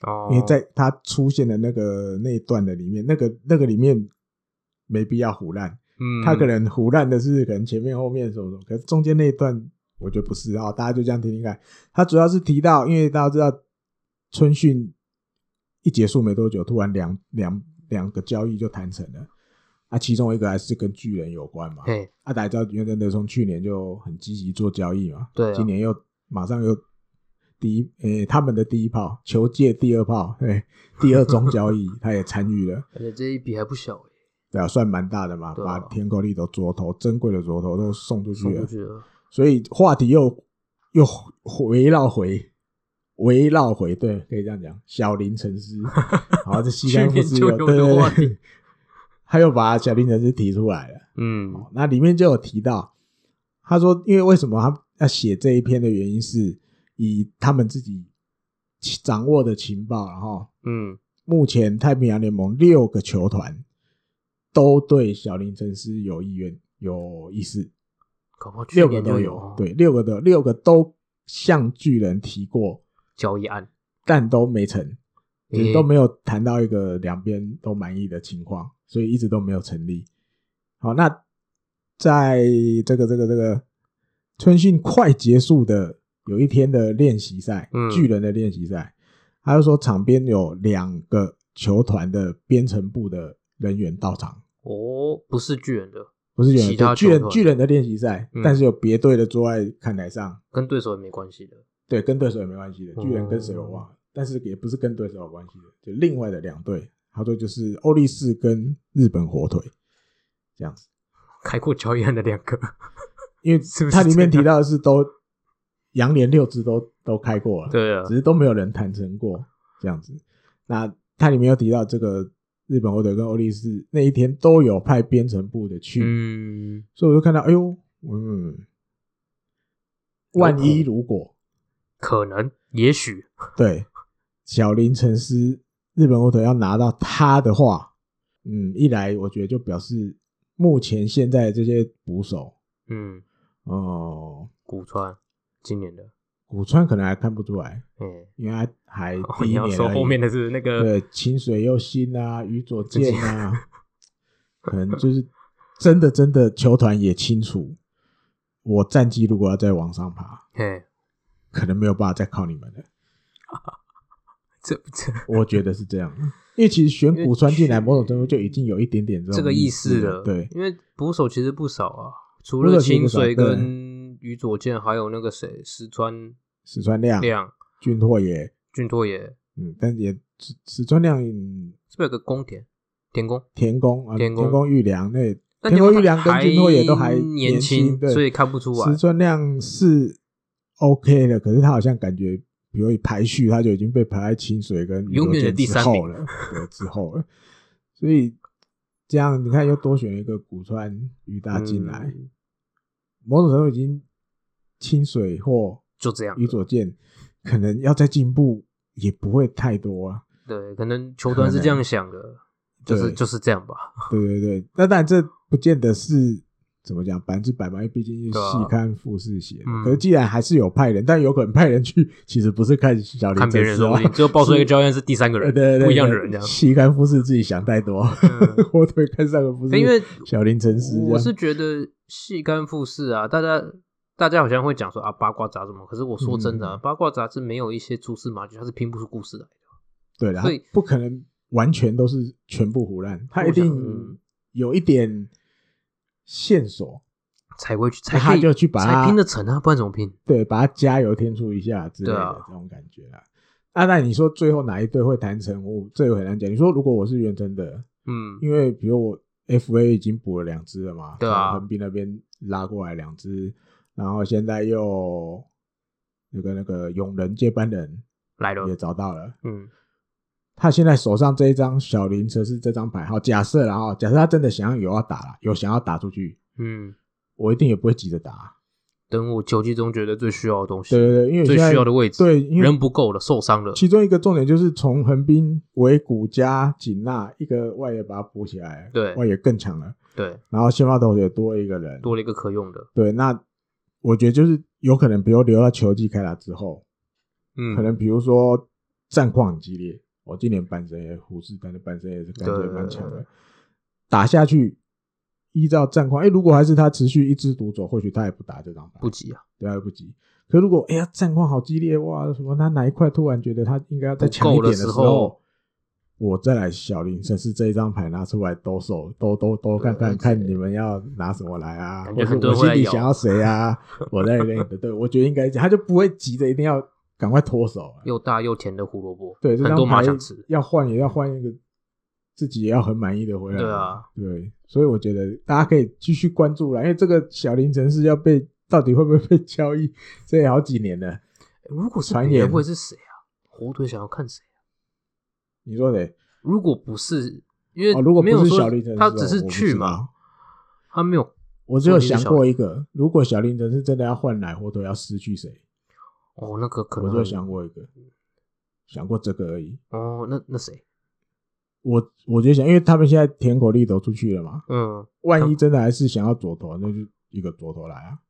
哦， 因为在他出现的那个那一段的里面，那个那个里面没必要胡乱， 嗯， 他可能胡乱的是可能前面后面什么什么，可是中间那一段我觉得不是啊，大家就这样听听看。他主要是提到，因为大家知道春训一结束没多久，突然两两两个交易就谈成了。啊，其中一个还是跟巨人有关嘛。 嘿， 啊，大家知道原真的从去年就很积极做交易嘛， 对啊今年又马上又第一，诶、他们的第一炮，球界第二炮，对，第二宗交易他也参与了， 而且这一笔还不小诶， 对啊，算蛮大的嘛， 对啊把天狗力的左投珍贵的左投都送出去了， 送出去了， 所以话题又又围绕回。围绕回，对，可以这样讲，小林沉思，好，这西干富士有，对对对，他又把小林沉思提出来了， 嗯， 哦，那里面就有提到，他说，因为为什么他要写这一篇的原因是，以他们自己掌握的情报，然后， 嗯， 目前太平洋联盟六个球团都对小林沉思有意愿、有意思， 搞不好去六个年就都有，对，六个的六个都向巨人提过。 交易案， 但都没成，就是欸都没有谈到一个两边都满意的情况，所以一直都没有成立。好，那在这个这个这个春训快结束的有一天的练习赛， 嗯巨人的练习赛，他就说场边有两个球团的编程部的人员到场， 哦，不是巨人的， 不是巨人其他对巨人球团巨人的练习赛， 嗯但是有别队的坐在看台上。 跟对手也没关系的， 对，跟对手也没关系的，巨人跟谁我忘了， 哦但是也不是跟对手有关系的，就另外的两队，他说就是欧力士跟日本火腿这样子， 开过交易案的两个， 因为是不是它里面这样提到的是都洋联六支都都开过了， 对啊只，是都没有人谈成过这样子。那它里面有提到这个日本火腿跟欧力士那一天都有派编程部的去， 嗯， 所以我就看到，哎呦，嗯，万一如果。 可能，也许， 对，小林沉思日本火腿要拿到他的话，嗯，一来我觉得就表示目前现在的这些捕手， 嗯， 哦、 古川今年的， 古川可能还看不出来， 嗯， 因为他还哦第你要一年而已说后面的是那个， 对清水佑新啊、宇佐健啊，可能就是真的真的球团也清楚，我战绩如果要再往上爬， 嘿， 可能没有办法再靠你们了。 这这我觉得是这样，因为其实选古川进来，某种程度就已经有一点点这种这个意思思了， 对， 因为捕手其实不少啊，除捕手了清其实不少水跟宇佐健，还有那个谁，石川石川亮、 亮、 俊拓也， 俊拓也， 嗯，但也石石川亮、嗯是不是有个宫田田宫？ 田宫啊， 田宫田宫玉良那但田宫玉良跟还俊拓也都还年轻，对， 所以看不出来石。川亮是 OK 的，可是他好像感觉，比如排序，他就已经被排在清水跟宇永远的佐健之第三名后了，对，之后了，所以这样你看又多选了一个古川宇大进来， 嗯某种程度已经清水或就这样宇佐健可能要再进步也不会太多啊。 对，可能球团是这样想的，就是对就是这样吧。 对对对，那当然这不见得是怎么讲百分之百嘛，因为毕竟是对啊细看富士写的。 嗯可是既然还是有派人，但有可能派人去，其实不是看小林看别人真丝啊说不定，最后爆出一个交易案是第三个人， 对对对， 不一样的人这样。 细看富士自己想太多， 嗯火腿看上的不是因为小林真丝这样。 我是觉得细干富士啊，大家大家好像会讲说啊八卦杂志嘛，可是我说真的、啊， 嗯八卦杂志没有一些蛛丝马迹，它是拼不出故事来的。 对啦， 所以不可能完全都是全部胡乱，他一我想定嗯有一点线索， 才会去，才他可以就去把它才拼得成啊，不然怎么拼？ 对，把它加油添醋一下之类的、 对啊这种感觉啦。啊，那你说最后哪一队会谈成？我这个很难讲。你说如果我是原真的， 嗯， 因为比如我 F A 已经补了两支了嘛， 对啊从横滨那边拉过来两支，然后现在又那个那个永仁接班人来了也，找到了， 嗯， 他现在手上这一张小林车是这张牌，好，假设然后假设他真的想要有要打了，有想要打出去， 嗯， 我一定也不会急着打。 等我球季中觉得最需要的东西， 对对对，因为最现在需要的位置， 对，因为人不够了，受伤了， 其中一个重点就是从横滨尾谷加锦纳一个外野把它补起来， 对外野更强了， 对， 然后先发投手也多一个人， 多了一个可用的， 对，那我觉得就是有可能，比如留到球季开打之后， 嗯， 可能比如说战况很激烈。我、哦、今年阪神也虎视眈的阪神也是感觉蛮强的，打下去依照战况，哎，如果还是他持续一枝独走，或许他也不打这张牌， 不急啊， 对啊，不急。可如果哎呀战况好激烈哇，什么他哪一块突然觉得他应该要再强一点的时候，我再来小林绅士这一张牌拿出来兜售，都都都看看看你们要拿什么来啊，或者我心里想要谁啊，我再跟你的，对，我觉得应该他就不会急着一定要赶快脱手、啊， 又大又甜的胡萝卜， 对， 很多马想吃， 要换也要换一个自己也要很满意的回来， 对啊， 对，所以我觉得大家可以继续关注啦，因为这个小林城市要被到底会不会被交易，这也好几年了。 如果是别人会是谁啊？火腿想要看谁啊？ 你说的， 如果不是，因为、 哦、如果不是小林城市， 他只是去嘛，他没有。 我只有想过一个，如果小林城市真的要换来，火腿要失去谁？ 哦，那个可能我就想过一个，想过这个而已。 哦，那那谁？ 我我就想，因为他们现在田口利斗出去了嘛， 嗯， 万一真的还是想要左投，那就一个左投来啊，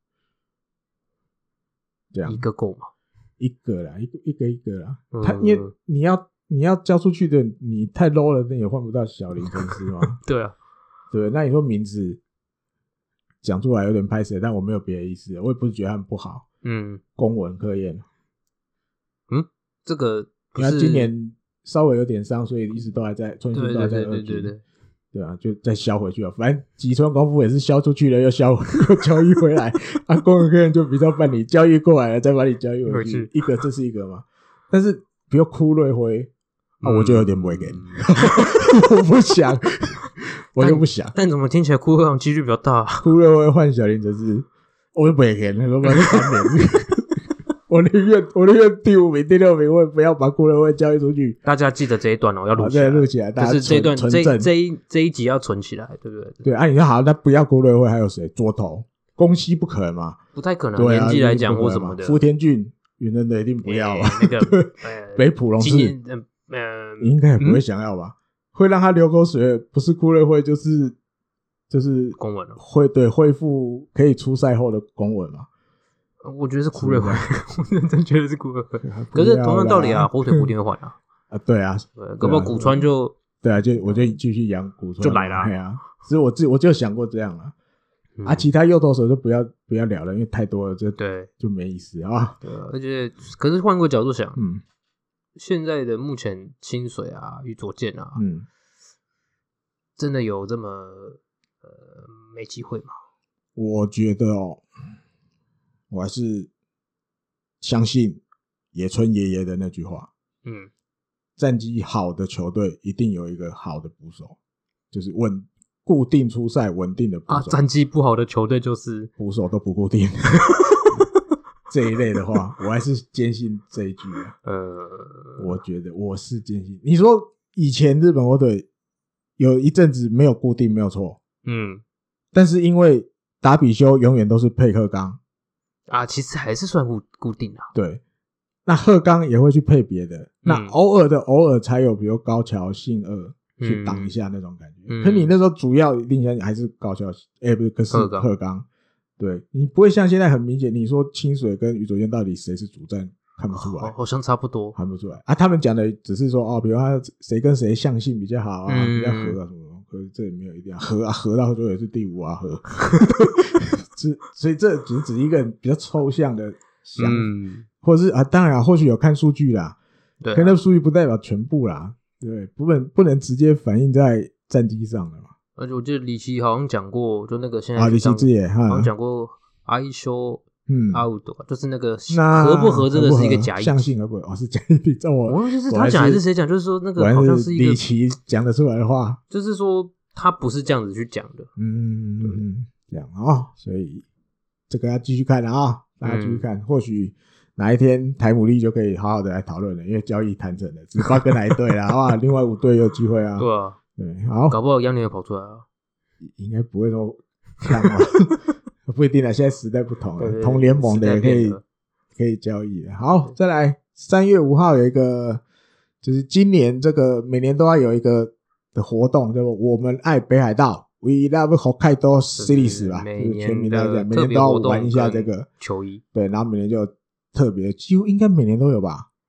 这样一个够吗？ 一个啦，一个一个一个啦。 嗯、 他因为你要你要交出去的，你太 low 了，那也换不到小林城市嘛。 对啊， 对，那你说名字讲出来有点拍摄，但我没有别的意思，我也不是觉得他们不好。嗯，公文科验， 嗯，这个因为他今年稍微有点伤，所以一直都还在，春训都还在二军， 对对对对对， 对啊，就再销回去了。反正吉村功夫也是销出去了，又销又交易回来，啊，公文科验就比较办理交易过来了，再把你交易回去，一个这是一个嘛。但是比如哭瑞辉啊，我就有点不会给，嗯、我不想，我就不想。 但怎么听起来哭瑞辉几率比较大、啊？ 哭瑞辉换小林则是。我就不会给那个，反正三年，我宁愿我宁愿第五名、第六名，我也不要把库瑞会交易出去。 大家记得这一段哦，要录起来， 录起来， 就是这一段这这一这一集要存起来，对不对？ 对啊，你说好，那不要库瑞会，还有谁？左投宫西不可能嘛？ 不太可能， 对啊、 年纪来讲或什么的。 福田俊、云人的一定不要啊。 欸、那个呃， 北浦龙士， 嗯呃， 你应该也不会想要吧？嗯、会让他流口水，不是库瑞会就是。就是公文了， 会对恢复可以出赛后的公文嘛？ 我觉得是库瑞会，我认真觉得是库瑞会。可是同样道理啊，火腿不一定会换啊。 啊，对啊， 搞不好古川就对啊，就我就继续养古川就来了。 对啊，所以我自己我就想过这样啊。嗯、啊，其他右投手就不要不要聊了，因为太多了，这对就没意思啊。 对，而且可是换个角度想， 嗯， 现在的目前清水啊、宇佐健啊， 嗯， 真的有这么。呃，没机会嘛？ 我觉得哦，我还是相信野村爷爷的那句话。嗯，战绩好的球队一定有一个好的捕手，就是稳固定出赛稳定的捕手。 啊，战绩不好的球队就是捕手都不固定。这一类的话，我还是坚信这一句啊。呃，我觉得我是坚信。你说以前日本火腿有一阵子没有固定，没有错。嗯，但是因为达比修永远都是配鹤冈啊，其实还是算固固定啊。 对，那鹤冈也会去配别的，嗯、那偶尔的偶尔才有，比如高桥幸二去挡一下那种感觉。嗯、可你那时候主要印象还是高桥，哎、欸，不是，可是鹤冈。对，你不会像现在很明显，你说清水跟宇佐健到底谁是主战，看不出来， 好像差不多， 看不出来啊。他们讲的只是说哦，比如他谁跟谁相性比较好啊，嗯、比较合啊什么。可是这也没有一定要合啊，合到最后也是第五啊合，所以这只只是一个比较抽象的想，嗯、或者是啊，当然、啊、或许有看数据啦，对、啊，可那数据不代表全部啦，对，不能不能直接反映在战绩上的嘛。 而且我记得李琦好像讲过，就那个现在啊，李琦之也好像讲过阿一修。嗯 ，out 就是那个那合不合，这个是一个假议题， 相信合不合？哦，是假议题。我我忘记是他讲还是谁讲，就是说那个好像是一个李琦讲得出来的话， 就是说他不是这样子去讲的。 嗯嗯，这样啊、哦，所以这个要继续看了啊、哦，大家继续看，嗯、或许哪一天台姆利就可以好好的来讨论了，因为交易谈成了，只发跟哪一队啦，好吧？另外五队有机会啊。 对啊， 对，好， 搞不好央联也跑出来啊， 应该不会说看吧。不一定啦，现在时代不同了，同联盟的也可以可以交易了。好，再来三月五号有一个，就是今年这个每年都要有一个的活动，叫做我们爱北海道 We Love Hokkaido Series 吧，就是全名来讲，每年都要玩一下这个球衣。 对，然后每年就特别，几乎应该每年都有吧。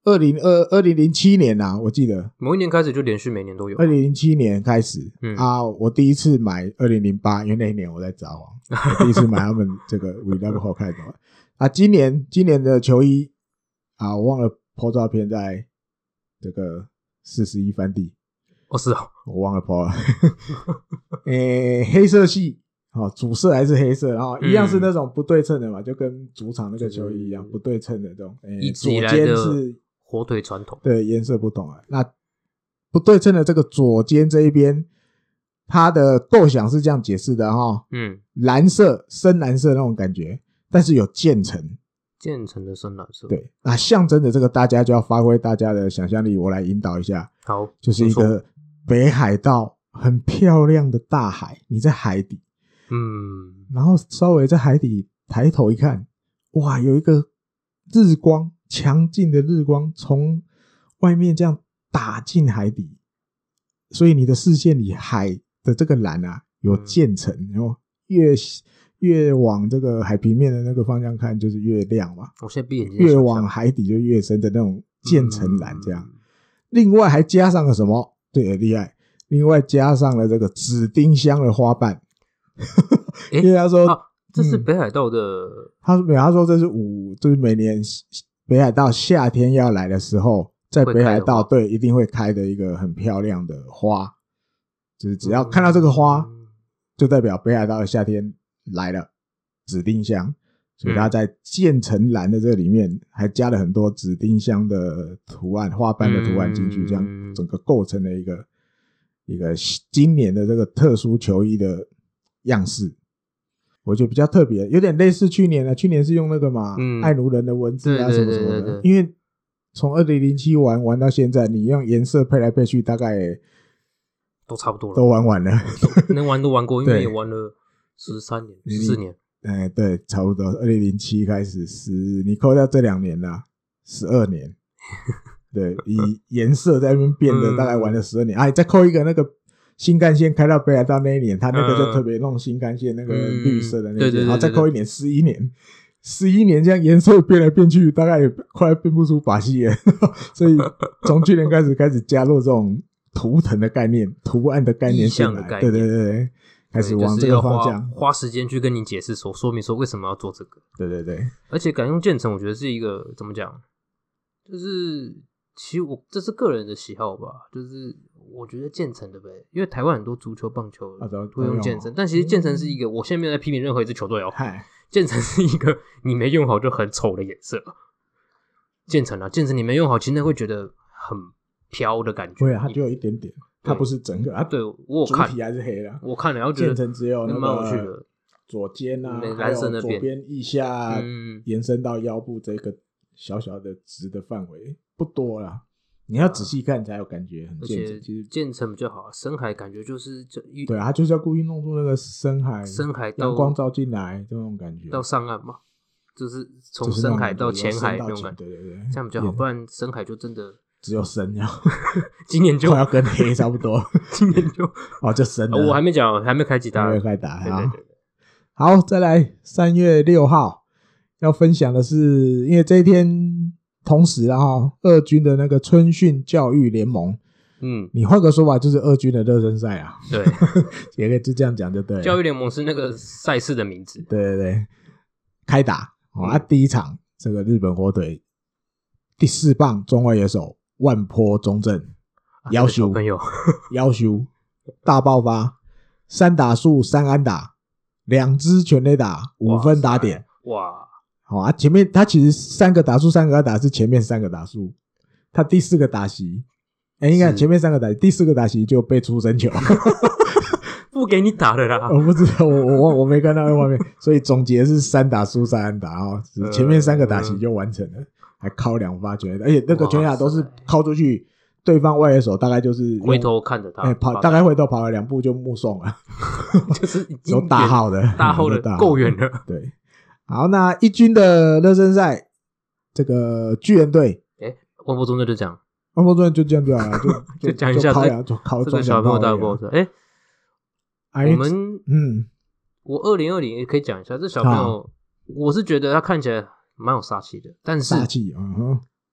二零二二零零七年啊，我记得某一年开始就连续每年都有。 二零零七年开始、 嗯、 啊，我第一次买二零零八，因为那一年我在札幌，我第一次买他们这个 We Love Hokkaido 啊，今年今年的球衣啊，我忘了 po 照片在这个四十一番地。 哦，是哦， 我忘了 po 了。诶、欸，黑色系，哦，主色还是黑色，然后一样是那种不对称的嘛，嗯、就跟主场那个球衣一样，不对称的这种。诶、欸， 一直以来的火腿传统， 对，颜色不同啊。那不对称的这个左肩这一边，它的构想是这样解释的哈，嗯，蓝色、深蓝色那种感觉，但是有渐层。 渐层的深蓝色， 对，那象征的这个大家就要发挥大家的想象力，我来引导一下。 好， 就是一个北海道很漂亮的大海，你在海底，嗯，然后稍微在海底抬头一看，哇，有一个日光，强劲的日光从外面这样打进海底，所以你的视线里海的这个蓝啊有渐层，然后越越往这个海平面的那个方向看就是越亮嘛， 我现在闭眼睛， 越往海底就越深的那种渐层蓝这样、嗯、另外还加上了什么？对，很厉害，另外加上了这个紫丁香的花瓣。因为他说、 啊、这是北海道的、 嗯、他说他说这是五就是每年北海道夏天要来的时候，在北海道对一定会开的一个很漂亮的花，就是只要看到这个花、嗯、就代表北海道的夏天来了，紫丁香，所以它在渐层蓝的这里面还加了很多紫丁香的图案、花瓣的图案进去，这样整个构成了一个一个今年的这个特殊球衣的样式。我觉得比较特别，有点类似去年的，去年是用那个嘛，嗯、爱奴人的文字啊什么什么的，对对对对对，因为从二零零七玩玩到现在，你用颜色配来配去，大概都差不多了， 都玩完了， 能玩都玩过，因为也玩了。十三年、十四年， 哎，对，差不多。二零零七开始，十你扣掉这两年啦，十二年。对，以颜色在那边变的，大概玩了十二年。啊，再扣一个那个新干线开到北海道那一年，他那个就特别弄新干线那个绿色的那个，然后再扣一年，十一年，十一年这样颜色变来变去，大概也快变不出把戏了。所以从去年开始开始加入这种图腾的概念、图案的概念进来，对对对。开始往这个方向、 就是、花, 花时间去跟你解释说说明说为什么要做这个。 对对对， 而且敢用渐层，我觉得是一个怎么讲，就是其实我这是个人的喜好吧，就是我觉得渐层对不对？因为台湾很多足球、棒球会用渐层、啊，但其实渐层是一个，我现在没有在批评任何一支球队哦。渐层是一个你没用好就很丑的颜色。渐层啊，渐层你没用好，其实会觉得很飘的感觉。 对啊，它就有一点点。它不是整个啊， 对，我有看， 主体还是黑的。 我看了，然后觉得渐层只有那蛮有趣的， 左肩啊， 蓝色那边， 左边腋下、嗯、延伸到腰部这个小小的直的范围不多啦。你要仔细看才有感觉很渐层。其实渐层比较好，深海感觉就是就对啊，他就是要故意弄出那个深海， 深海阳光照进来这种感觉， 到上岸嘛，就是从深海到浅海那种感觉， 对对对， 这样比较好，不然深海就真的。 只有深呀， 今年就快要跟黑差不多， 今年就哦就深了、 哦。我还没讲，还没开几打， 还没开打。 对对对对， 好，再来三月六号要分享的是，因为这一天同时啊哈，二军的那个春训教育联盟，嗯，你换个说法就是二军的热身赛啊， 对， 也可以就这样讲就对了。 教育联盟是那个赛事的名字， 对对对，开打、哦、啊，第一场这个日本火腿第四棒中外野手。万波中正，要求朋友， 要求大爆发，三打数三安打，两支全垒打，五分打点， 哇！ 好、哦、啊，前面他其实三个打数三个安打是前面三个打数，他第四个打席，哎、欸，应该前面三个打席，第四个打席就被出生球， 不给你打的啦！ 我不知道，我我我没看到那画面，所以总结是三打数三安打哦，前面三个打席就完成了。还敲两发全垒打，而且那个全垒打都是敲出去，对方外野手大概就是回头看着他， 欸、跑大概回头跑了两步就目送了， 就是已经有大号的， 大号的够远了。 对，好，那一军的热身赛，这个巨人队， 哎、欸，万波中正就这样， 万波中正就这样就好了，就就讲一下， 就考就考这个小朋友大波，哎、欸，我们嗯， 我二零二零也可以讲一下，这小朋友，我是觉得他看起来。蛮有杀气的，但是杀气，嗯哼，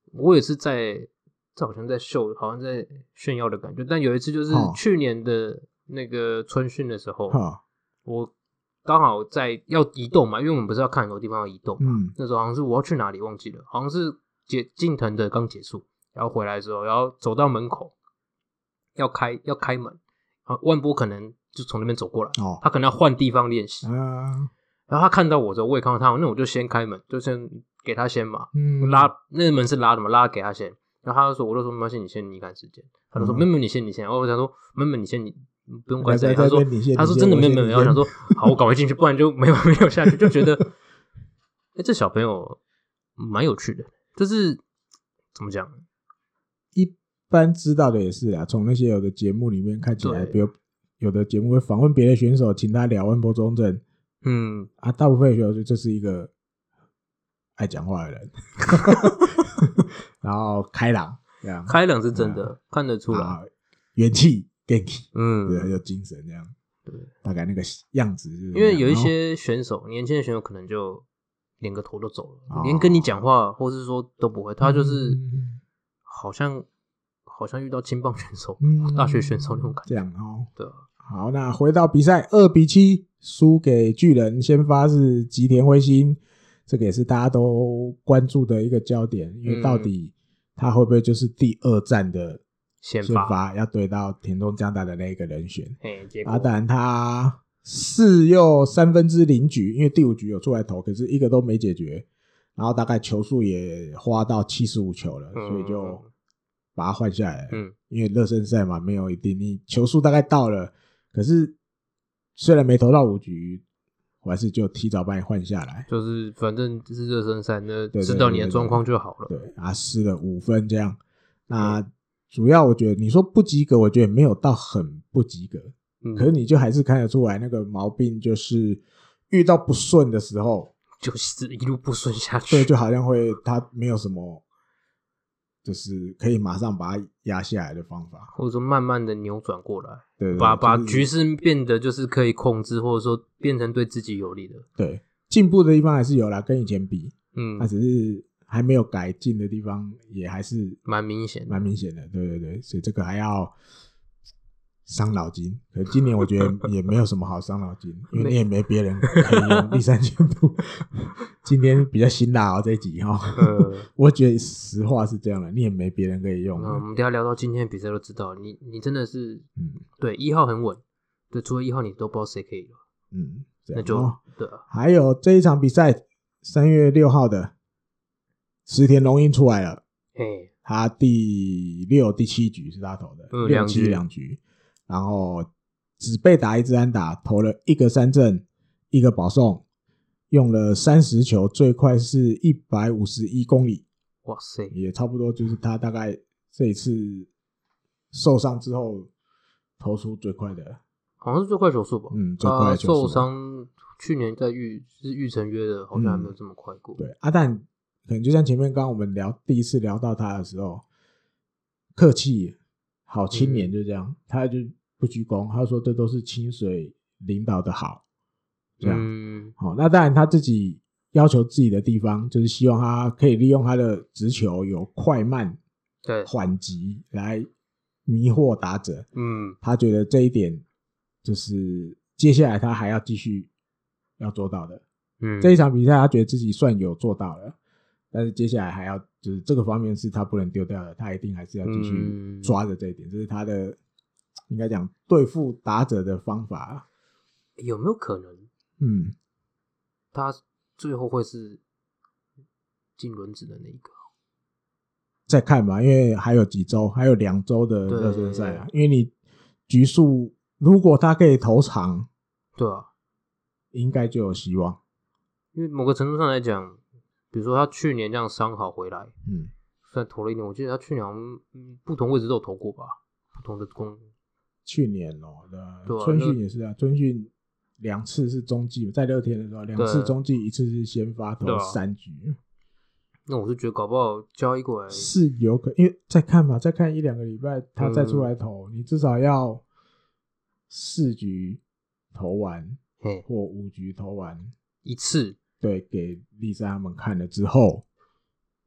我也是在，这好像在秀，好像在炫耀的感觉。但有一次就是去年的那个春训的时候， 哦、 我刚好在要移动嘛，因为我们不是要看很多地方要移动嘛。 嗯， 那时候好像是我要去哪里忘记了，好像是结近藤的刚结束，然后回来的时候，然后走到门口要开要开门，然后万波可能就从那边走过来， 哦， 他可能要换地方练习。 啊然后他看到我之后，我也看到他，那我就先开门，就先给他先嘛， 嗯， 拉那个门是拉的嘛，拉给他先。然后他就说，我就说没关系，你先，你赶时间。他就说，妹妹、嗯、你先，你先。然后我想说，妹妹你先，你不用怪谁。他说，他说真的妹妹。然后想说，好，我赶快进去，不然就没有没有下去，就觉得，哎，这小朋友蛮有趣的，就是怎么讲？ 一般知道的也是啦，从那些有的节目里面看起来，比如有的节目会访问别的选手，请他聊万波中正。 嗯啊，大部分选手就这是一个爱讲话的人，然后开朗，这样开朗是真的、嗯、看得出来， 元气、元气， 嗯， 对，很有精神，这样， 对， 大概那个样子是。 因为有一些选手，年轻的选手可能就连个头都走了，哦、连跟你讲话或是说都不会，他就是好像、嗯、好像遇到青棒选手、嗯、大学选手那种感觉， 这样哦， 对。 好，那回到比赛，二比七输给巨人，先发是吉田辉星，这个也是大家都关注的一个焦点，因为到底他会不会就是第二战的先发，先发要对到田中将大的那一个人选？啊，当然他四又三分之零局，因为第五局有出来投，可是一个都没解决，然后大概球数也花到七十五球了，嗯、所以就把他换下来了。嗯，因为热身赛嘛，没有一定，你球数大概到了。可是虽然没投到五局，我还是就提早把你换下来， 就是反正这是热身赛，那知道你的状况就好了。 对，对，对，对啊，失了五分这样。那主要我觉得你说不及格，我觉得没有到很不及格，嗯、可是你就还是看得出来那个毛病，就是遇到不顺的时候， 就是一路不顺下去。 对，就好像会他没有什么。就是可以马上把它压下来的方法， 或者说慢慢的扭转过来， 对， 对， 把、 就是、 把局势变得就是可以控制，或者说变成对自己有利的。 对，进步的地方还是有啦，跟以前比， 嗯， 那只是还没有改进的地方也还是蛮明显的， 蛮明显的，对对对，所以这个还要伤脑筋。可是今年我觉得也没有什么好伤脑筋，因为你也没别人可以用第三监督。今天比较辛辣哦，这一集哈、哦呃，我觉得实话是这样的，你也没别人可以用。 嗯，我们等一下聊到今天的比赛都知道，你你真的是，嗯，对，一号很稳，对，除了一号你都不知道谁可以了， 嗯，这样那就、哦、对啊。 还有这一场比赛，三月六号的石田龙英出来了， 嘿， 他第六、第七局是他投的， 嗯、 六七两局，然后只被打一支安打，投了一个三振，一个保送。用了三十球，最快是一百五十一公里， 哇塞， 也差不多就是他大概这一次受伤之后投出最快的， 好像是最快球速吧？ 嗯，最快的球速。 受伤去年在预是预成约的，好像还没有这么快过。 嗯、对，阿、啊、但可能就像前面刚刚我们聊第一次聊到他的时候，客气好青年就这样，嗯、他就不鞠躬，他说这都是清水领导的好。这样， 嗯， 好，那当然他自己要求自己的地方，就是希望他可以利用他的直球有快慢、 对缓急来迷惑打者。 嗯， 他觉得这一点就是接下来他还要继续要做到的。嗯，这一场比赛他觉得自己算有做到了，但是接下来还要就是这个方面是他不能丢掉的，他一定还是要继续抓着这一点，这是他的应该讲对付打者的方法。 有没有可能？ 嗯， 他最后会是进轮子的那一个， 再看吧，因为还有几周，还有两周的热身赛啊。因为你局数，如果他可以投长， 对啊， 应该就有希望。 因为某个程度上来讲，比如说他去年这样伤好回来， 嗯， 虽然投了一年，我记得他去年好像不同位置都有投过吧，不同的攻。 去年哦，对，春训也是啊，春训。两次是中继，在乐天的时候，两次中继，一次是先发投三局、啊。 那我是觉得搞不好交易过来是有可，因为再看嘛，再看一两个礼拜，他再出来投，嗯、你至少要四局投完，或五局投完一次。 对，给丽莎他们看了之后，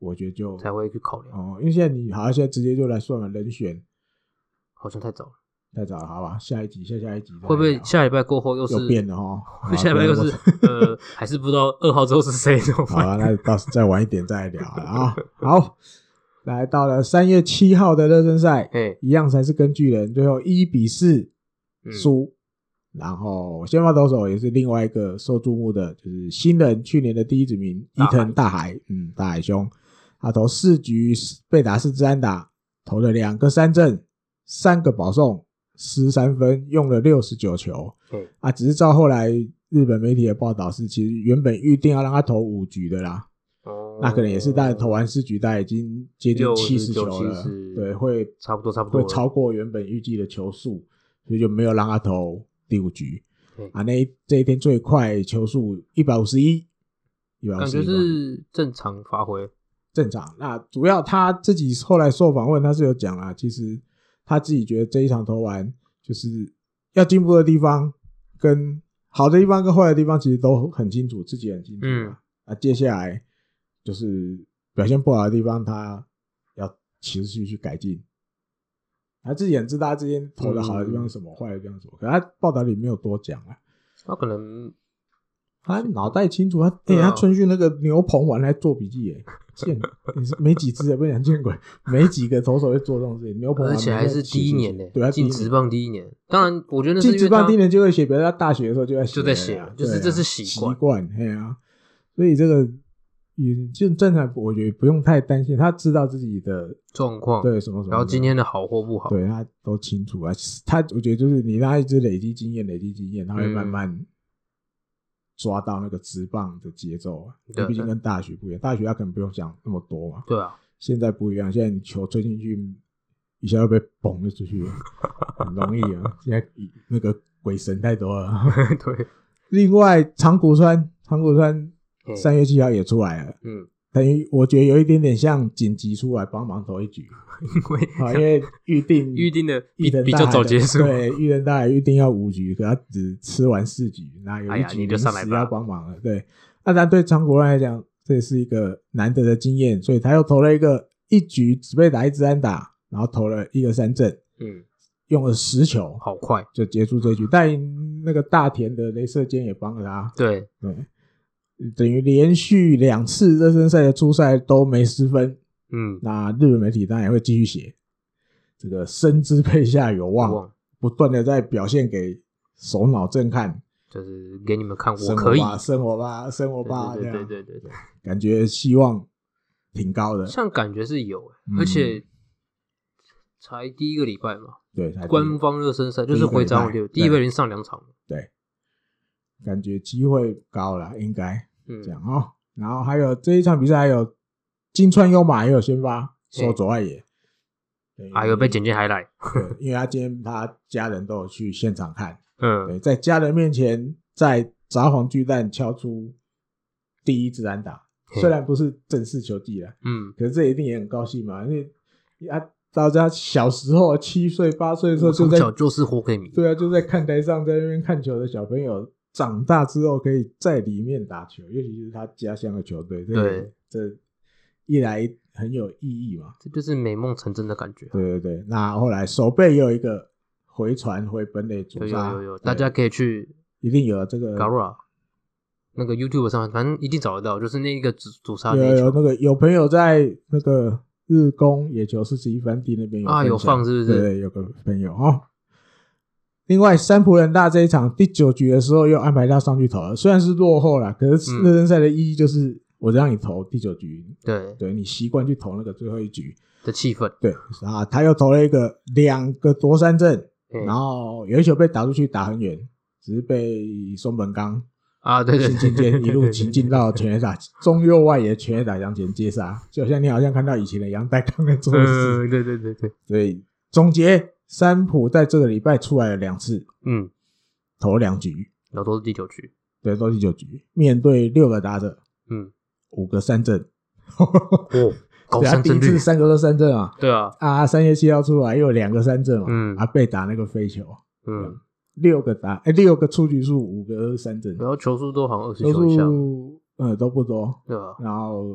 我觉得就才会去考量。 哦，因为现在你好像现在直接就来算了人选， 好像太早了。 太早了，好吧？下一集、下下一集会不会下礼拜过后又是又变了哈？ 下礼拜又是呃，还是不知道二号之后是谁？ 好了，那到时再晚一点再聊了啊。好，来到了三月七号的热身赛，一样才是跟巨人最后一比四输。嗯、然后先发投手也是另外一个受注目的，就是新人去年的第一指名伊藤大海，嗯，大海兄，他投四局被打四支安打，投了两个三振，三个保送。十三分，用了六十九球， 嗯啊，只是照后来日本媒体的报道是，其实原本预定要让他投五局的啦， 哦， 那可能也是大概投完四局，大概已经接近七十球了，对，会差不多差不多会超过原本预计的球数，所以就没有让他投第五局，啊，那这一天最快球数一百五十一， 感觉是正常发挥， 正常。那主要他自己后来受访问，他是有讲啊，其实。他自己觉得这一场投完，就是要进步的地方跟好的地方跟坏的地方，其实都很清楚，自己很清楚、啊。嗯，啊，接下来就是表现不好的地方，他要持续去改进。他自己很知道他之前投的好的地方是什么，坏、嗯、的地方是什么，可是他报道里没有多讲啊。 他可能他脑袋清楚，他哎、欸，他春训那个牛棚完还做笔记耶。见你是没几只也不讲见鬼，没几个投手会做这种事情。牛棚而且还是第一年呢， 对啊， 进职棒第一年。当然，我觉得那是进职棒第一年就会写，比如他大学的时候就在写， 就在写，就是这是习惯， 习惯，对啊。所以这个也就正常，我觉得不用太担心，他知道自己的状况， 对什么什么， 然后今天的好或不好， 对他都清楚啊。他我觉得就是你让他一直累积经验，累积经验，他会慢慢。抓到那个职棒的节奏啊，毕竟跟大学不一样，大学他可能不用讲那么多嘛。 对啊， 现在不一样，现在你球吹进去，一下就被嘣就出去了，很容易啊。现在那个鬼神太多了。 对， 另外长谷川，长谷川三月七号也出来了，嗯，等于我觉得有一点点像紧急出来帮忙投一局， 因为啊，因为预定预定的比比较早结束， 对，预定大概预定要五局，可他只吃完四局，那有一局临时要帮忙了，对。那但对长谷川来讲，这也是一个难得的经验，所以他又投了一个一局只被打一支安打，然后投了一个三振，嗯，用了十球， 好快就结束这局。但那个大田的雷射肩也帮了他， 对对。等于连续两次热身赛的初赛都没失分，嗯，那日本媒体当然也会继续写这个深知配下有望，望不断的在表现给首脑震撼， 就是给你们看我可以生活吧，生活吧， 对对对对对， 感觉希望挺高的， 像感觉是有、欸嗯，而且才第一个礼拜嘛， 对， 官方热身赛就是回张六，第一个人上两场， 对，感觉机会高了，应该。这样齁，然后还有这一场比赛还有金川优马也有先发守左外野， 啊有被剪进海来， 对，因为他今天他家人都有去现场看，嗯，对，在家人面前在札幌巨蛋敲出第一支安打，虽然不是正式球季了，嗯，可是这一定也很高兴嘛，因为啊，大家小时候七岁八岁的时候就在从小就是火腿迷， 对啊，就在看台上在那边看球的小朋友。长大之后可以在里面打球，尤其是他家乡的球队， 对， 这一来很有意义嘛， 这就是美梦成真的感觉。 对对对，那后来手背也有一个回传回本垒主杀， 有有有，大家可以去， 一定有这个 Garura 那个 YouTube 上，反正一定找得到，就是那个主主杀有有那个有朋友在那个日工野球四十一番地那边有啊有放是不是？ 对，有个朋友哦。另外，三浦人大这一场第九局的时候又安排他上去投了，虽然是落后啦，可是热身赛的意义就是我让你投第九局， 对， 对你习惯去投那个最后一局的气氛， 对啊，他又投了一个两个夺三振，然后有一球被打出去打很远，只是被松本刚啊，对对对， 新进一路行进到全垒打中右外野全垒打向前接杀，就好像你好像看到以前的杨代刚在做的事， 嗯，对对对对， 所以总结。三浦在这个礼拜出来了两次，嗯，投了两局， 然后都是第九局， 对，都是第九局，面对六个打者，嗯，五个三振， 哦，高三振率， 第一次三个都三振啊， 对啊， 啊，三月七号出来又有两个三振嘛，嗯，啊，被打那个飞球，嗯，六个打，哎、欸，六个出局数，五个三振， 然后球数都好像二十球以下， 呃，都不多， 对啊， 然后不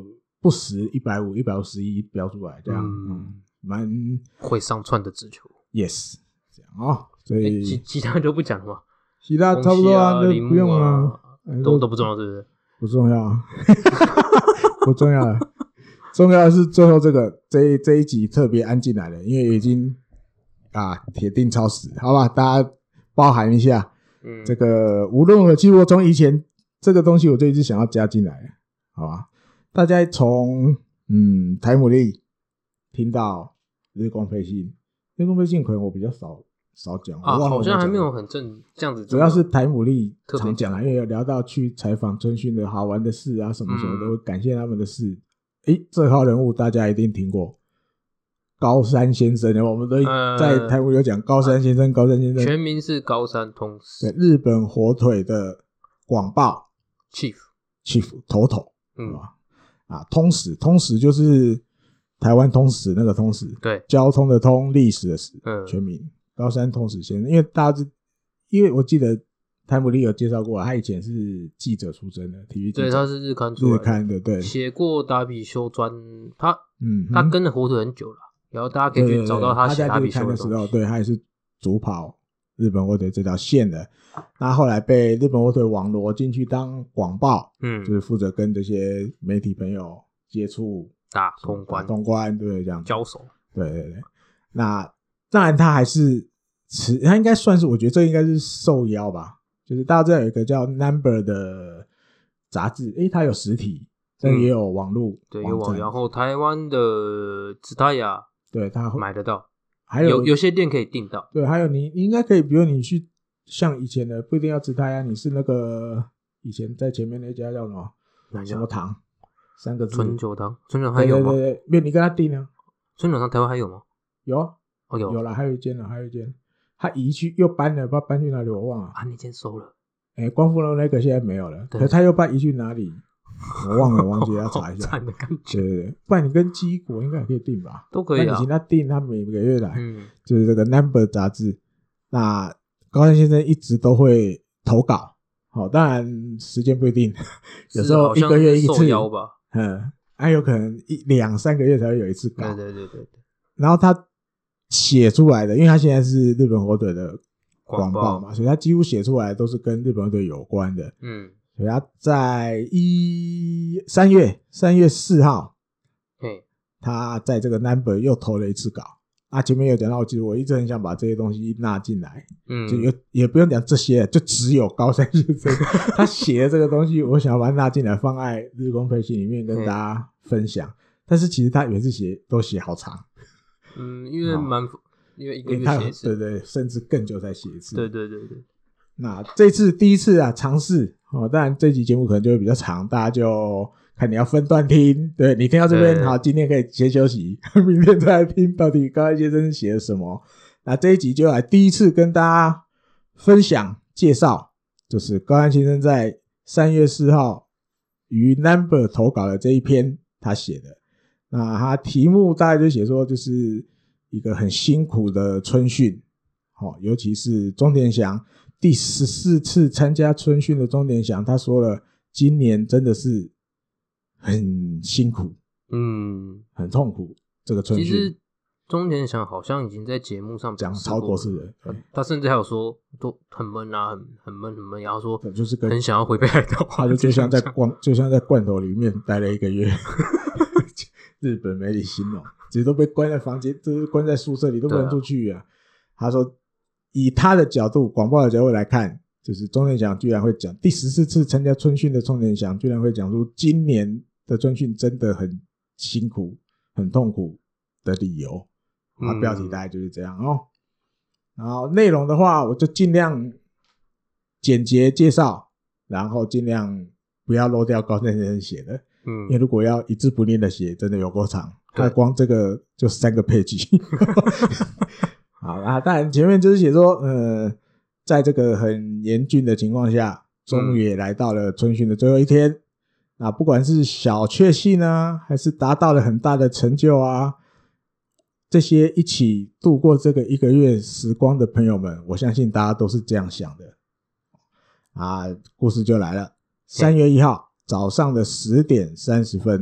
不时一百五、一百五十一标出来，这样嗯， 蛮、嗯、 会上串的直球。 yes， 这样哦，所以、 欸、其其他就不讲了嘛， 其他差不多啊，那、 啊、 不用了、 啊欸， 都都不重要，是不是？ 不重要，不重要了。重要的是最后这个这一这一集特别安静来了，因为已经啊铁定超时，好吧，大家包含一下。嗯，这个无论如何，其实我从以前这个东西我就一直想要加进来，好吧？大家从嗯台姆利听到日光配信，日光配信可能我比较少少讲啊， 好像还没有很正这样子。 主要是台姆利常讲啦，因为有聊到去采访春训的好玩的事啊，什么什么都会感谢他们的事。诶、嗯，这号人物大家一定听过。高山先生，我们都在台湾有讲高山先生、呃，高山先生全名是高山通史， 对，日本火腿的广报 chief chief 头头， 嗯啊，通史通史就是台湾通史那个通史， 对， 交通的通，历史的史， 嗯， 全名高山通史先生，因为大家因为我记得台姆利有介绍过，他以前是记者出身的，体育记者， 对，他是日刊出来的， 日刊的，对， 写过达比修专，他嗯， 他跟着火腿很久了。然后大家可以去找到他写达比修的时候，对，他也是主跑日本火腿这条线的。那后来被日本火腿网罗进去当广报，嗯，就是负责跟这些媒体朋友接触、 打通关、 通关，对，这样交手， 对对对。那当然他还是持，他应该算是，我觉得这应该是受邀吧。就是大家知道有一个叫 Number 的杂志，诶，它有实体，但也有网络、嗯， 对，有网。然后台湾的紫塔雅。 对，他买得到， 还有有, 有些店可以订到。 对，还有你你应该可以，比如你去像以前的，不一定要直台啊，你是那个以前在前面那家叫什么什么堂，三个字。 春酒堂，春酒堂还有吗？ 对对对，没有你跟他订啊。 春酒堂台湾还有吗？ 有啊， 哦有有了，还有一间了，还有一间，他移去又搬了，不知道搬去哪里，我忘了。 啊，那间收了。 哎、欸，光复楼那个现在没有了，可是他又搬移去哪里？我忘了，忘记要查一下。 惨的感觉。 对对对，不然你跟基国应该也可以订吧？ 都可以啊。 那你请他订，他每个月来， 嗯， 就是这个 Number 杂志。那高山先生一直都会投稿，好、哦，当然时间不一定，有时候一个月一次，嗯，还、啊、有可能一两三个月才会有一次稿。 对对对对对。 然后他写出来的，因为他现在是日本火腿的广报嘛，所以他几乎写出来都是跟日本火腿有关的。 嗯。 所以他在一三月三月四号， 嘿， 他在这个 Number 又投了一次稿啊。前面有讲到，其实我一直很想把这些东西纳进来，嗯，就有也不用讲这些，就只有高山先生他写的这个东西，我想要把它纳进来，放在日光配信里面跟大家分享。但是其实他每次写都写好长， 嗯，因为蛮、哦、因为一个月写一次， 对对，甚至更久才写一次， 对对对对。 那这次第一次啊尝试哦，当然这集节目可能就会比较长，大家就看你要分段听。对，你听到这边好，今天可以先休息，明天再来听到底高山先生写了什么。那这一集就来第一次跟大家分享介绍，就是高山先生在三月四号于 Number 投稿的这一篇他写的。那他题目大概就写说，就是一个很辛苦的春训，哦，尤其是钟田翔。第十四次参加春训的钟田翔，他说了，今年真的是很辛苦， 嗯， 很痛苦。这个春训， 其实钟田翔好像已经在节目上讲超多次了， 他, 他甚至还有说都很闷啊，很很闷很闷，然后说就是跟很想要回北海道， 他就就像在罐就像在罐头里面待了一个月。日本媒体形容，其实都被关在房间，就是关在宿舍里，都不能出去啊。他说。以他的角度，广播的角度来看，就是钟田翔居然会讲第十四次参加春训的钟田翔居然会讲出今年的春训真的很辛苦、很痛苦的理由。他标题大概就是这样哦。然后内容的话，我就尽量简洁介绍，然后尽量不要漏掉高山先生写的。嗯，因为如果要一字不念的写，真的有够长。他光这个就三个page。好啊，当然前面就是写说，呃，在这个很严峻的情况下，终于也来到了春训的最后一天。嗯、那不管是小确幸啊，还是达到了很大的成就啊，这些一起度过这个一个月时光的朋友们，我相信大家都是这样想的。啊，故事就来了。三月一号早上的十点三十分，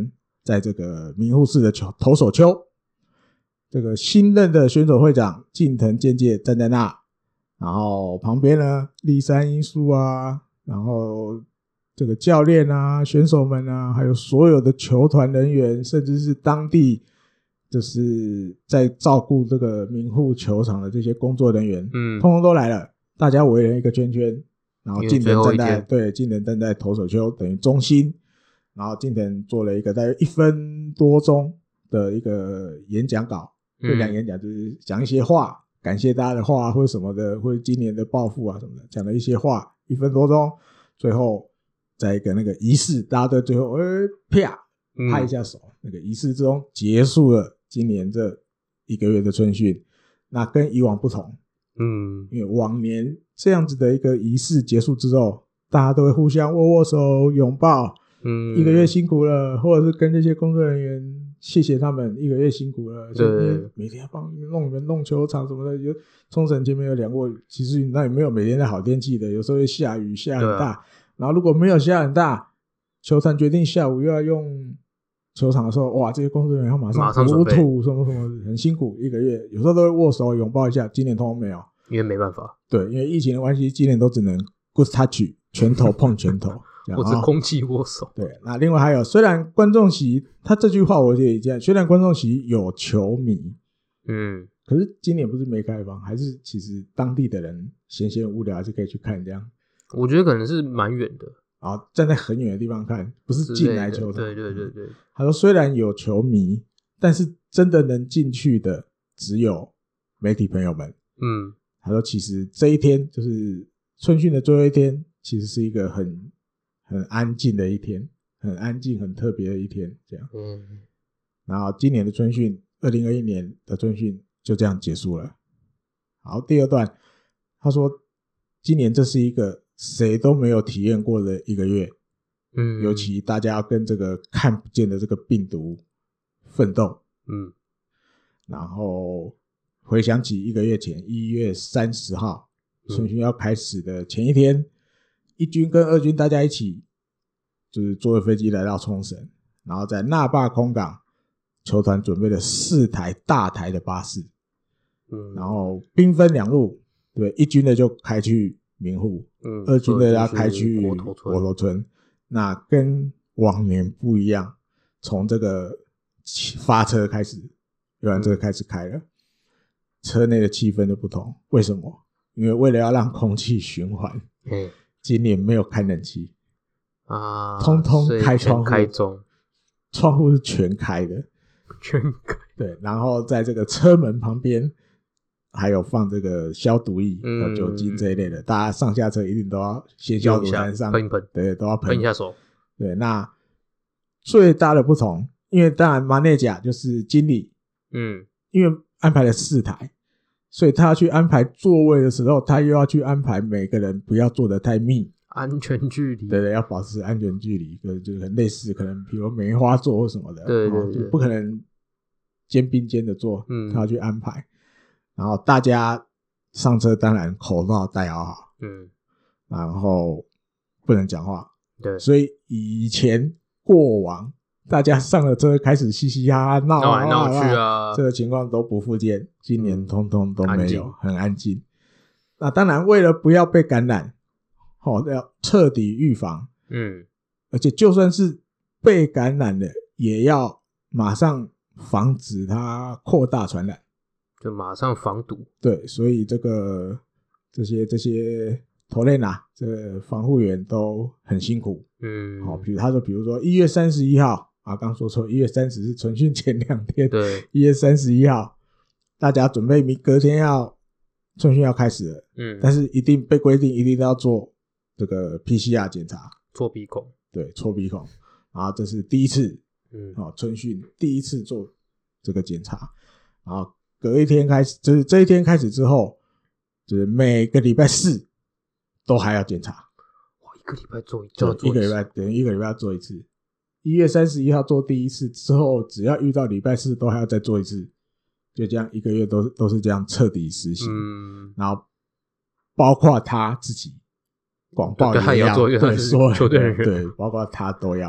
在这个名护市的球投手丘，这个新任的选手会长近藤健介站在那，然后旁边呢立山英树啊，然后这个教练啊、选手们啊，还有所有的球团人员，甚至是当地就是在照顾这个名护球场的这些工作人员，嗯，通通都来了，大家围了一个圈圈，然后近藤站在对近藤站在投手丘等于中心，然后近藤做了一个大约一分多钟的一个演讲稿，会讲演讲就是讲一些话，感谢大家的话或者什么的，或者今年的抱负啊什么的，讲了一些话，一分多钟，最后在一个那个仪式，大家都最后呃啪拍一下手，嗯、那个仪式之中结束了今年这一个月的春训。那跟以往不同，嗯，因为往年这样子的一个仪式结束之后，大家都会互相握握手、拥抱，嗯，一个月辛苦了，或者是跟这些工作人员谢谢他们一个月辛苦了，对，每天帮弄你们弄球场什么的，就冲绳前面有两过，其实那也没有每天在好天气的，有时候会下雨，下很大，然后如果没有下很大，球团决定下午又要用球场的时候，哇，这些工作人员要马上补土什么什么，很辛苦，一个月有时候都会握手拥抱一下，今年通通没有， 因为没办法， 对，因为疫情的关系，今年都只能 good touch 拳头碰拳头或者空气握手。 对，那另外还有，虽然观众席他这句话我也这样，虽然观众席有球迷，嗯，可是今年不是没开放，还是其实当地的人闲闲无聊还是可以去看这样。 我觉得可能是蛮远的， 然后站在很远的地方看，不是进来球场。 对对对对。 他说虽然有球迷，但是真的能进去的只有媒体朋友们。嗯，他说其实这一天就是春训的最后一天，其实是一个很很安静的一天，很安静很特别的一天这样。嗯，然后今年的春训二零二一年的春训就这样结束了。好，第二段他说今年这是一个谁都没有体验过的一个月，嗯，尤其大家要跟这个看不见的这个病毒奋斗，嗯，然后回想起一个月前一月三十号春训要开始的前一天，一军跟二军大家一起就是坐着飞机来到冲绳，然后在那霸空港球团准备了四台大台的巴士，嗯，然后兵分两路，对，一军的就开去名护，嗯，二军的要开去国头村。那跟往年不一样，从这个发车开始，游览车开始开了，车内的气氛都不同。为什么？因为为了要让空气循环，嗯，今年没有开冷气啊，通通开窗户， 开中， 窗户是全开的， 全开。 对，然后在这个车门旁边还有放这个消毒液、嗯、酒精这一类的，大家上下车一定都要先消毒单上， 喷一喷， 对，都要喷喷一下手。 对，那最大的不同，因为当然马内甲就是经理，嗯，因为安排了四台，所以他要去安排座位的时候，他又要去安排每个人不要坐得太密， 安全距离， 对对，要保持安全距离，就是很类似，可能比如梅花座或什么的， 对对对， 就不可能肩并肩的坐，嗯，他要去安排。然后大家上车当然口罩戴好，嗯，然后不能讲话， 对， 所以以前过往大家上了车开始嘻嘻哈哈闹来闹去啊， 这个情况都不复见，今年通通都没有，嗯、很安静。那当然为了不要被感染，哦，要彻底预防，嗯，而且就算是被感染了，也要马上防止它扩大传染。 就马上防堵， 对，所以这个这些这些头链啊，这个防护员都很辛苦，嗯，好，比如他说，比如说一月三十一号啊，刚说错，一月三十是春训前两天， 对， 一月三十一号，大家准备隔天要春训要开始了，嗯，但是一定被规定一定要做这个 P C R 检查， 戳鼻孔， 对，戳鼻孔，然后这是第一次，嗯，好，春训第一次做这个检查，然后隔一天开始，就是这一天开始之后，就是每个礼拜四都还要检查。 哇，一个礼拜做一次， 一个礼拜等于一个礼拜要做一次。一月三十一号做第一次之后，只要遇到礼拜四都还要再做一次，就这样一个月都都是这样彻底实行。嗯，然后包括他自己广报也要， 对， 对，说球队人员， 对，包括他都要。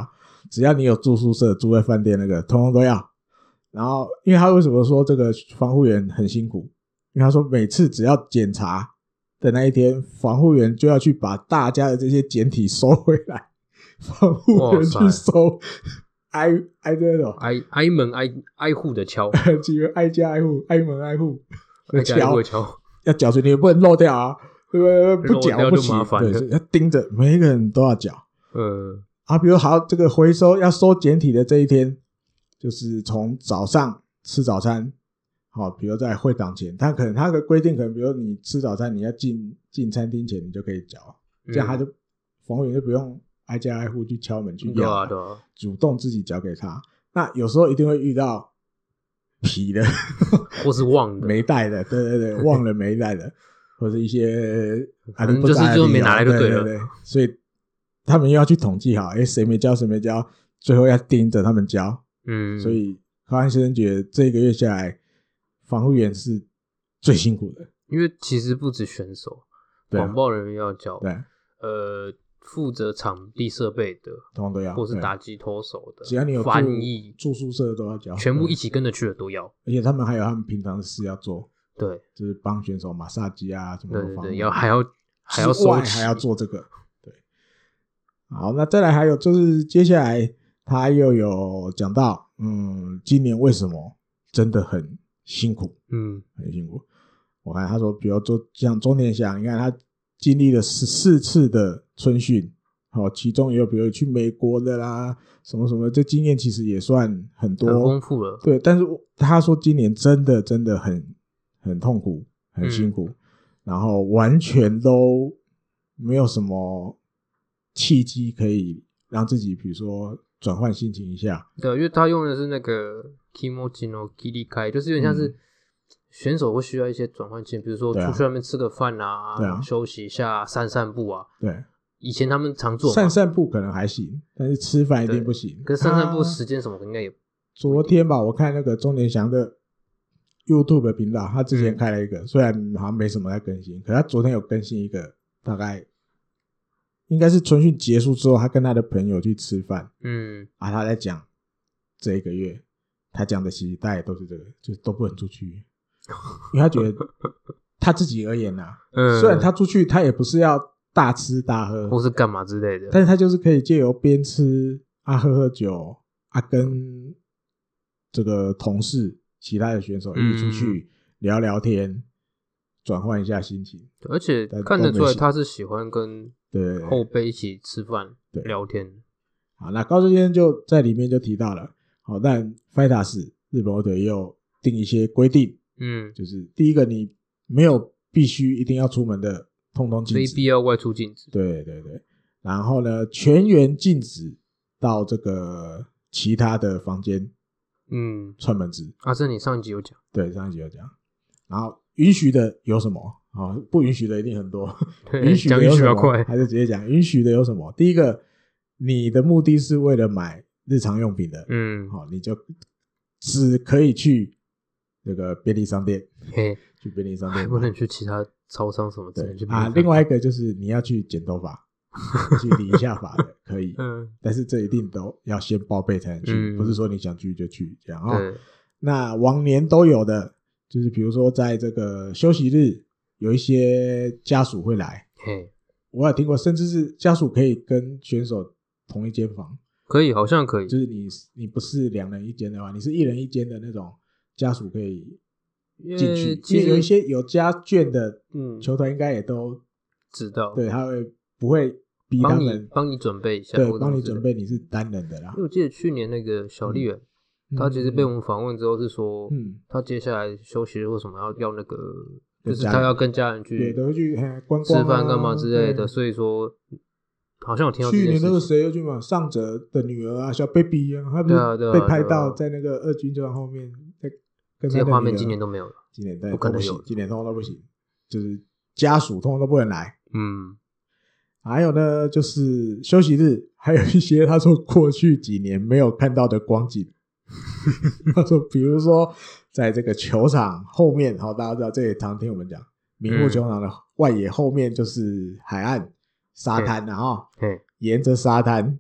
只要你有住宿舍住在饭店那个通通都要。然后因为他为什么说这个防护员很辛苦，因为他说每次只要检查的那一天，防护员就要去把大家的这些简体收回来，防护员去收挨挨这种挨挨门挨挨户的敲几个挨家挨户挨门挨户挨家挨户的敲， 要缴水你也不能漏掉啊，对不对？不缴不行，对，要盯着每一个人都要缴。 嗯， 啊，比如好这个回收要收简体的这一天，就是从早上吃早餐，好，比如在会档前，他可能他的规定可能，比如你吃早餐，你要进进餐厅前你就可以缴，这样他就防护员就不用挨家挨户去敲门去要， 对啊对啊， 主动自己缴给他。那有时候一定会遇到皮的， 或是忘的没带的，对对对，忘了没带的，或者一些啊，你不就是就没拿来就对了， 对对对，所以他们又要去统计好，哎，谁没交谁没交，最后要盯着他们交。嗯，所以高安先生觉得这一个月下来，防护员是最辛苦的， 因为其实不止选手，广报人员要交， 对， 呃，负责场地设备的， 通通都要， 或是打击投手的， 只要你有翻译、 住宿舍都要交， 全部一起跟着去的都要， 而且他们还有他们平常的事要做， 对， 就是帮选手马杀鸡啊什么的， 对对对，要还要还要收起，还要做这个，对。好，那再来还有就是接下来他又有讲到，嗯，今年为什么真的很辛苦，嗯，很辛苦。我看他说，比如说像中田翔，你看他经历了十四次的春训，好，其中也有比如去美国的啦，什么什么，这经验其实也算很多， 很丰富了。 对，但是他说今年真的真的很很痛苦，很辛苦，嗯、然后完全都没有什么契机可以让自己，比如说转换心情一下。 对，因为他用的是那个 Kimochi no Kirikai，就是有点像是选手会需要一些转换性，比如说出去外面吃个饭啊，啊休息一下，散散步啊。 对，以前他们常做散散步可能还行，但是吃饭一定不行。 可是散散步时间什么应该也、啊。 昨天吧，我看那个钟连祥的 YouTube 的频道，他之前开了一个，嗯、虽然好像没什么在更新，可是他昨天有更新一个，大概应该是春训结束之后，他跟他的朋友去吃饭，嗯，啊，他在讲这一个月，他讲的其实大概都是这个，就是都不能出去。因为他觉得他自己而言啊，嗯、虽然他出去他也不是要大吃大喝或是干嘛之类的， 但是他就是可以借由边吃啊喝喝酒啊跟这个同事其他的选手一起出去聊聊天，转换、嗯、一下心情。 而且看得出来他是喜欢跟后辈一起吃饭聊天。 好，那高志坚就在里面就提到了，好，但 Fighters 日本火腿也有定一些规定。嗯，就是第一个，你没有必须一定要出门的，通通禁止， 非必要外出禁止。 对对对，然后呢，全员禁止到这个其他的房间，嗯，串门子。 啊，这你上一集有讲， 对，上一集有讲。然后允许的有什么？啊、哦，不允许的一定很多。允许的有什么？快还是直接讲允许的有什么？第一个，你的目的是为了买日常用品的，嗯，好、哦，你就只可以去那个便利商店，去便利商店， 不能去其他超商什么之类的啊。另外一个就是你要去剪头发，去理一下发的可以，嗯，但是这一定都要先报备才能去，嗯、不是说你想去就去这样啊、哦。那往年都有的，就是比如说在这个休息日，有一些家属会来，嘿，我有听过，甚至是家属可以跟选手同一间房， 可以，好像可以， 就是你你不是两人一间的话，你是一人一间的那种。家属可以进去，其实有一些有家眷的球团应该也都知道， 对，他会不会逼他们帮你准备一下， 对，帮你准备你是单人的啦。 因为我记得去年那个小丽人，嗯、他其实被我们访问之后是说，嗯，他接下来休息或什么要要那个，就是他要跟家人去， 也都去观光、 吃饭干嘛之类的，所以说。好像有听到去年那个谁又去嘛，上泽的女儿啊，小 baby 啊，他不是被拍到在那个二军球场后面，在跟他的女儿。 这些画面今年都没有了， 今年不可能有，今年通通都不行，就是家属通通都不能来。嗯，还有呢，就是休息日，还有一些他说过去几年没有看到的光景。他说，比如说在这个球场后面，好，大家知道这也常听我们讲，名护球场的外野后面就是海岸。沙滩啊、哦，沿着沙滩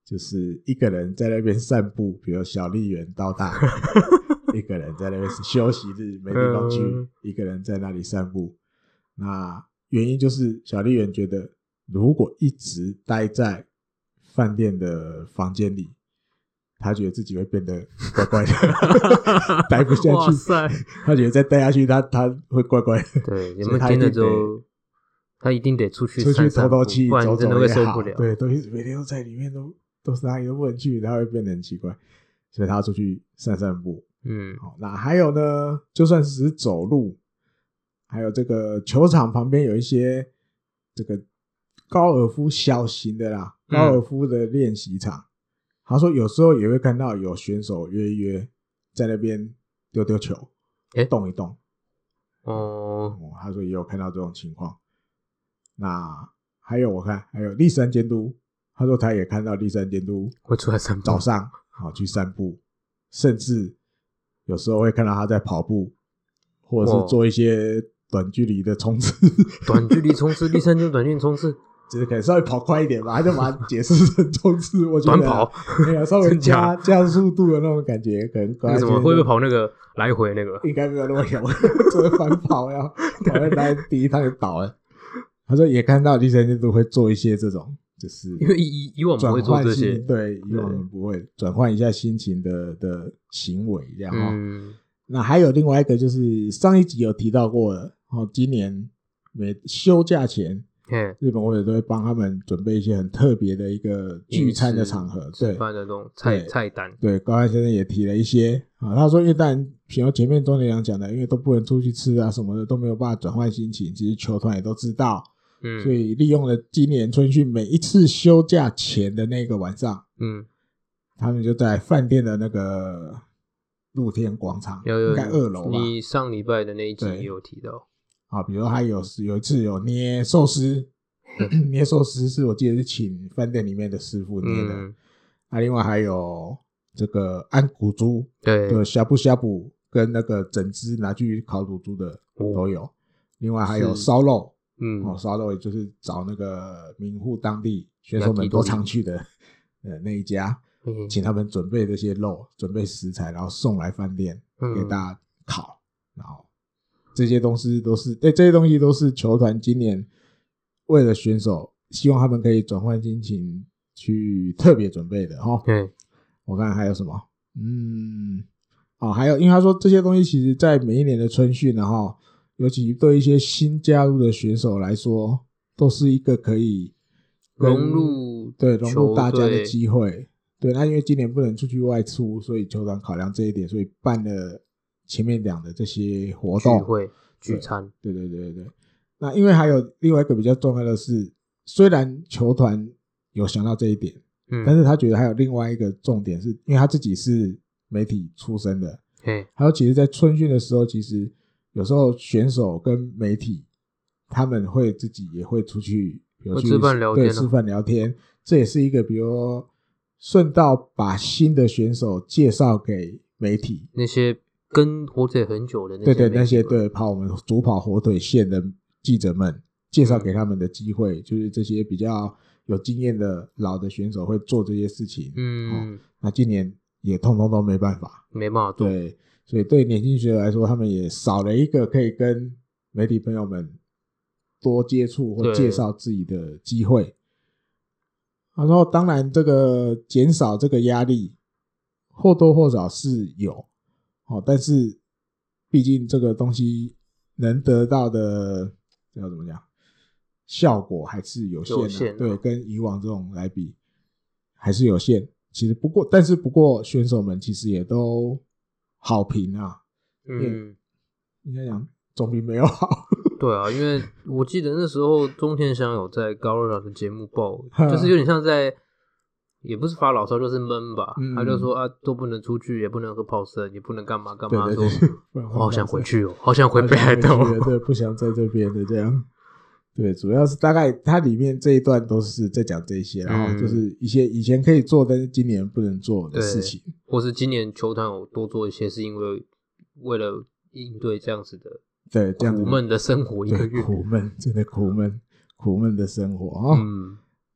就是一个人在那边散步，比如小笠原到大一个人在那边休息日没地方去、嗯、一个人在那里散步。那原因就是小笠原觉得如果一直待在饭店的房间里，他觉得自己会变得怪怪的待不下去。哇塞，他觉得再待下去他他会怪怪的。 对，你们听了之后他一定得出去出去透透气， 不然真的会受不了。 对，都每天都在里面，都都是哪里都不能去，他会变得很奇怪，所以他要出去散散步。 嗯， 好，那还有呢，就算是走路，还有这个球场旁边有一些这个高尔夫小型的啦，高尔夫的练习场。嗯，他说有时候也会看到有选手约一约在那边丢丢球，欸，动一动。 哦， 哦，他说也有看到这种情况。那还有我看还有立山监督，他说他也看到立山监督会出来散步， 早上好去散步，甚至有时候会看到他在跑步，或者是做一些短距离的冲刺。 短距离冲刺，立山监督短距离冲刺。 只是可能稍微跑快一点吧，他就把它解释成冲刺。我觉得短跑， 没有稍微加加速度的那种感觉，可能那什么会不会跑那个来回那个？ 应该没有那么有，只会反跑呀，跑来第一趟就倒了。他说也看到立山监督会做一些这种，就是因为以以往不会做这些， 对，以往不会转换一下心情的的行为这样哈。 嗯， 那还有另外一个就是上一集有提到过的哦，今年每休假前。日本或者都会帮他们准备一些很特别的一个聚餐的场合，对， 吃饭的那种菜菜单。 对，高安先生也提了一些啊，他说因为当然，比如前面钟年良讲的，因为都不能出去吃啊什么的，都没有办法转换心情，其实球团也都知道，嗯，所以利用了今年春训每一次休假前的那个晚上， 嗯， 他们就在饭店的那个露天广场， 有有应该二楼吧？ 你上礼拜的那一集也有提到。 啊，比如他有有一次有捏寿司，捏寿司是我记得是请饭店里面的师傅捏的。嗯，啊，另外还有这个安骨猪， 对， 就呷哺呷哺跟那个整只拿去烤乳猪的都有。哦，另外还有烧肉，嗯，哦，烧肉也就是找那个名护当地选手们都常去的呃那一家，嗯，请他们准备这些肉，准备食材，然后送来饭店，嗯，给大家烤，然后。这些东西都是，对，这些东西都是球团今年为了选手，希望他们可以转换心情去特别准备的齁。 对， 我看还有什么，嗯，哦，还有，因为他说这些东西其实在每一年的春训然后，尤其对一些新加入的选手来说，都是一个可以融入对融入大家的机会。对，那因为今年不能出去外出，所以球团考量这一点，所以办了。前面讲的这些活动聚会聚餐， 对对对对对。那因为还有另外一个比较重要的是，虽然球团有想到这一点，嗯，但是他觉得还有另外一个重点是，因为他自己是媒体出身的， 嘿， 还有其实在春训的时候，其实有时候选手跟媒体他们会自己也会出去，比如去吃饭聊天， 对，吃饭聊天，这也是一个比如顺道把新的选手介绍给媒体那些。跟火腿很久的那些， 对对，那些对跑我们主跑火腿线的记者们介绍给他们的机会，嗯，就是这些比较有经验的老的选手会做这些事情。嗯，哦，那今年也通通都没办法， 没办法做。 对，所以对年轻选手来说，他们也少了一个可以跟媒体朋友们多接触或介绍自己的机会。然后，当然这个减少这个压力，或多或少是有。哦，但是毕竟这个东西能得到的要怎么讲，效果还是有限的，有限啊，对，跟以往这种来比还是有限。其实不过，但是不过选手们其实也都好评啊，嗯，应该讲总比没有好。 对啊，因为我记得那时候中田翔有在高热的节目报，就是有点像在。也不是发牢骚，就是闷吧。嗯，他就说啊，都不能出去，也不能喝泡参，也不能干嘛干嘛。 对对对，说我好想回去哦，好想回北海道。 对，不想在这边的这样。对，主要是大概它里面这一段都是在讲这些，然后就是一些以前可以做，但是今年不能做的事情， 或是今年球团有多做一些，是因为为了应对这样子的对这样苦闷的生活一个月， 苦闷，真的苦闷，苦闷的生活啊。嗯。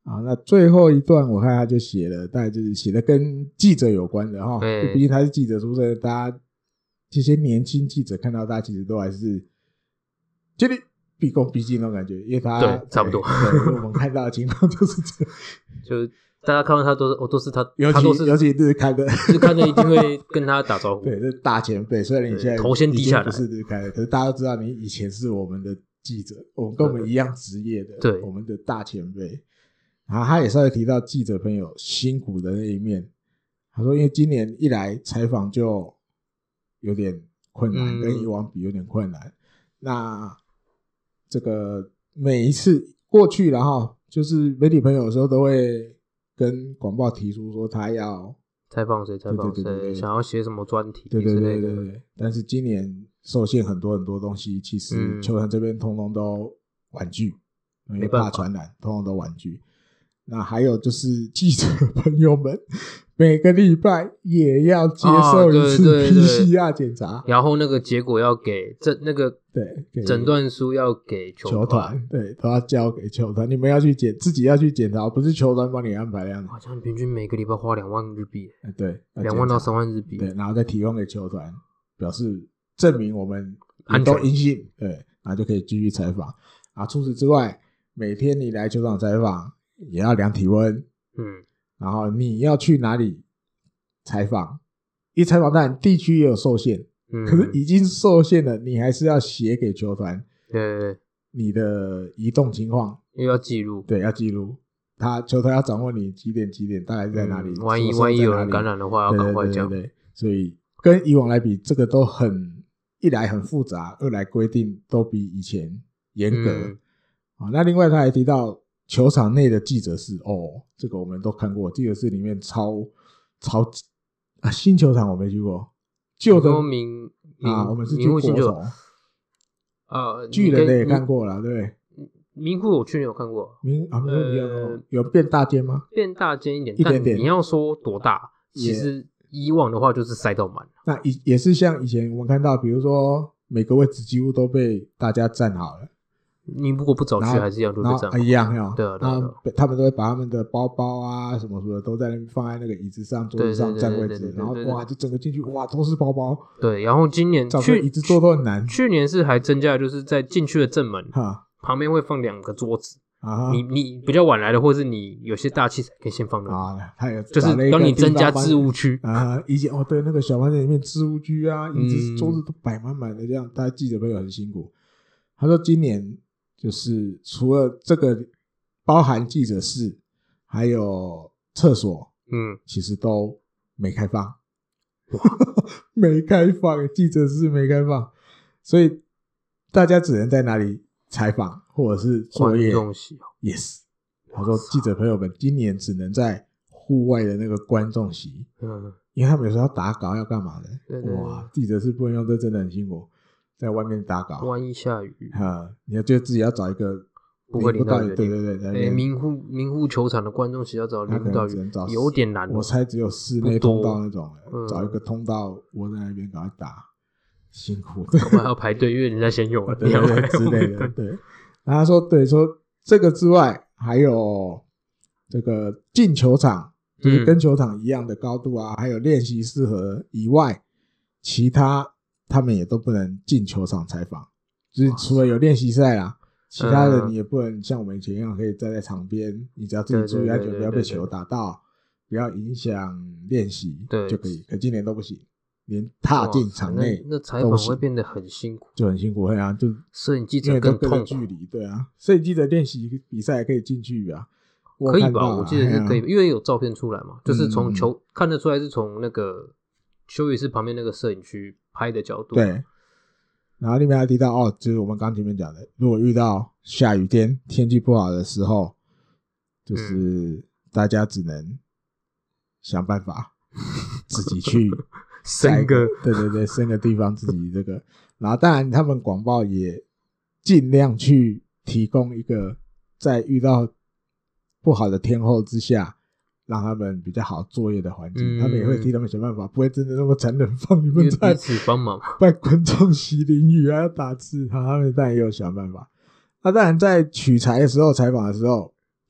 啊，那最后一段我看他就写了，大概就是写的跟记者有关的哈，毕竟他是记者出身，大家这些年轻记者看到他其实都还是觉得毕恭毕敬那种感觉，因为他对差不多， 对，我们看到的情况就是这样， 就大家看到他都是哦，都是他， 尤其他都是尤其日刊的， 日刊的一定会跟他打招呼， 对，这大前辈，虽然你现在头先低下来， 不是日刊的，可是大家都知道你以前是我们的记者，我们跟我们一样职业的， 对， 我们的大前辈。然后他也稍微提到记者朋友辛苦的那一面，他说因为今年一来采访就有点困难，嗯、跟以往比有点困难。那这个每一次过去然后就是媒体朋友有时候都会跟广报提出说他要采访谁采访谁，想要写什么专题之类的， 对对对对对。但是今年受限很多很多东西，其实球团这边通通都婉拒，因为怕传染，通通都婉拒。那还有就是记者朋友们每个礼拜也要接受一次 P C R 检查、 哦、然后那个结果要给诊那个对诊断书要给球团， 对，都要交给球团，你们要去检自己要去检查，不是球团帮你安排那样。 好像平均每个礼拜花两万日币， 对， 两万到三万日币， 对，然后再提供给球团，表示证明我们都阴性，对，然后就可以继续采访啊。除此之外，每天你来球场采访也要量体温， 嗯， 然后你要去哪里采访，因为采访当然地区也有受限，嗯，可是已经受限了，你还是要写给球团， 对对对， 你的移动情况， 因为要记录， 对，要记录，他球团要掌握你几点几点大概在哪里， 嗯、万一万一有人感染的话，要赶快讲， 对对对对，所以跟以往来比，这个都很一来很复杂，二来规定都比以前严格，嗯啊、那另外他还提到。球场内的记者室哦，这个我们都看过，记者室里面超超啊，新球场我没去过，旧的明啊，我们是去国手， 呃， 巨人的也看过了，对， 明户我去年有看过， 明啊，明户你有有变大间吗？ 变大间一点， 一点点。 你要说多大，其实以往的话就是塞到满。 那也是像以前我们看到，比如说每个位置几乎都被大家站好了。 你如果不早去还是一样都被这样、 啊、一样呀， 对啊，对啊，对啊， 他们都会把他们的包包啊什么什么都在那边放在那个椅子上、桌子上占位置，然后哇，就整个进去哇都是包包。 对，然后今年找个椅子坐都很难。 去年是还增加，就是在进去的正门旁边会放两个桌子。啊，你你比较晚来的，或是你有些大器材可以先放那啊，他有就是帮你增加置物区啊。以前哦，对，那个小饭店里面置物区啊，椅子、桌子都摆满满的，这样大家记者朋友很辛苦。他说今年。就是除了这个包含记者室还有厕所， 嗯， 其实都没开放，没开放，记者室没开放，所以大家只能在哪里采访或者是作业。Yes， 他说记者朋友们今年只能在户外的那个观众席，嗯，因为他们有时候要打稿要干嘛的， 对对对， 哇，记者室不能用，这真的很辛苦。在外面打稿， 万一下雨啊，你要就自己要找一个不会淋到雨的地方。 对对对， 哎、欸，明户明户球场的观众席要找淋不到雨，有点难。 我猜只有室内通道那种，嗯、找一个通道窝在那边赶快打，辛苦。 我们还要排队，因为人家先用了， 对对对之类的。对，然后他说，对，说这个之外，还有这个进球场，就是跟球场一样的高度啊，嗯、还有练习适合以外，其他。他们也都不能进球场采访，就是除了有练习赛啦，其他的你也不能像我们以前一样可以站在场边，你只要自己注意安全，不要被球打到，不要影响练习就可以。可今年都不行，连踏进场内那采访会变得很辛苦， 就很辛苦，对啊，就摄影记者更痛苦距离，对啊，摄影记者练习比赛可以进去啊， 可以吧？我记得是可以，因为有照片出来嘛，就是从球、嗯、看得出来是从那个休息室旁边那个摄影区拍的角度。 对，然后里面还提到哦，就是我们刚前面讲的，如果遇到下雨天天气不好的时候，就是大家只能想办法自己去生个对对对生个地方自己这个，然后当然他们广报也尽量去提供一个在遇到不好的天候之下让他们比较好作业的环境、嗯、他们也会替他们想办法，不会真的那么残忍放你们在帮忙办观众席淋雨还要打字，他们当然也有想办法。那当然在取材的时候采访的时候，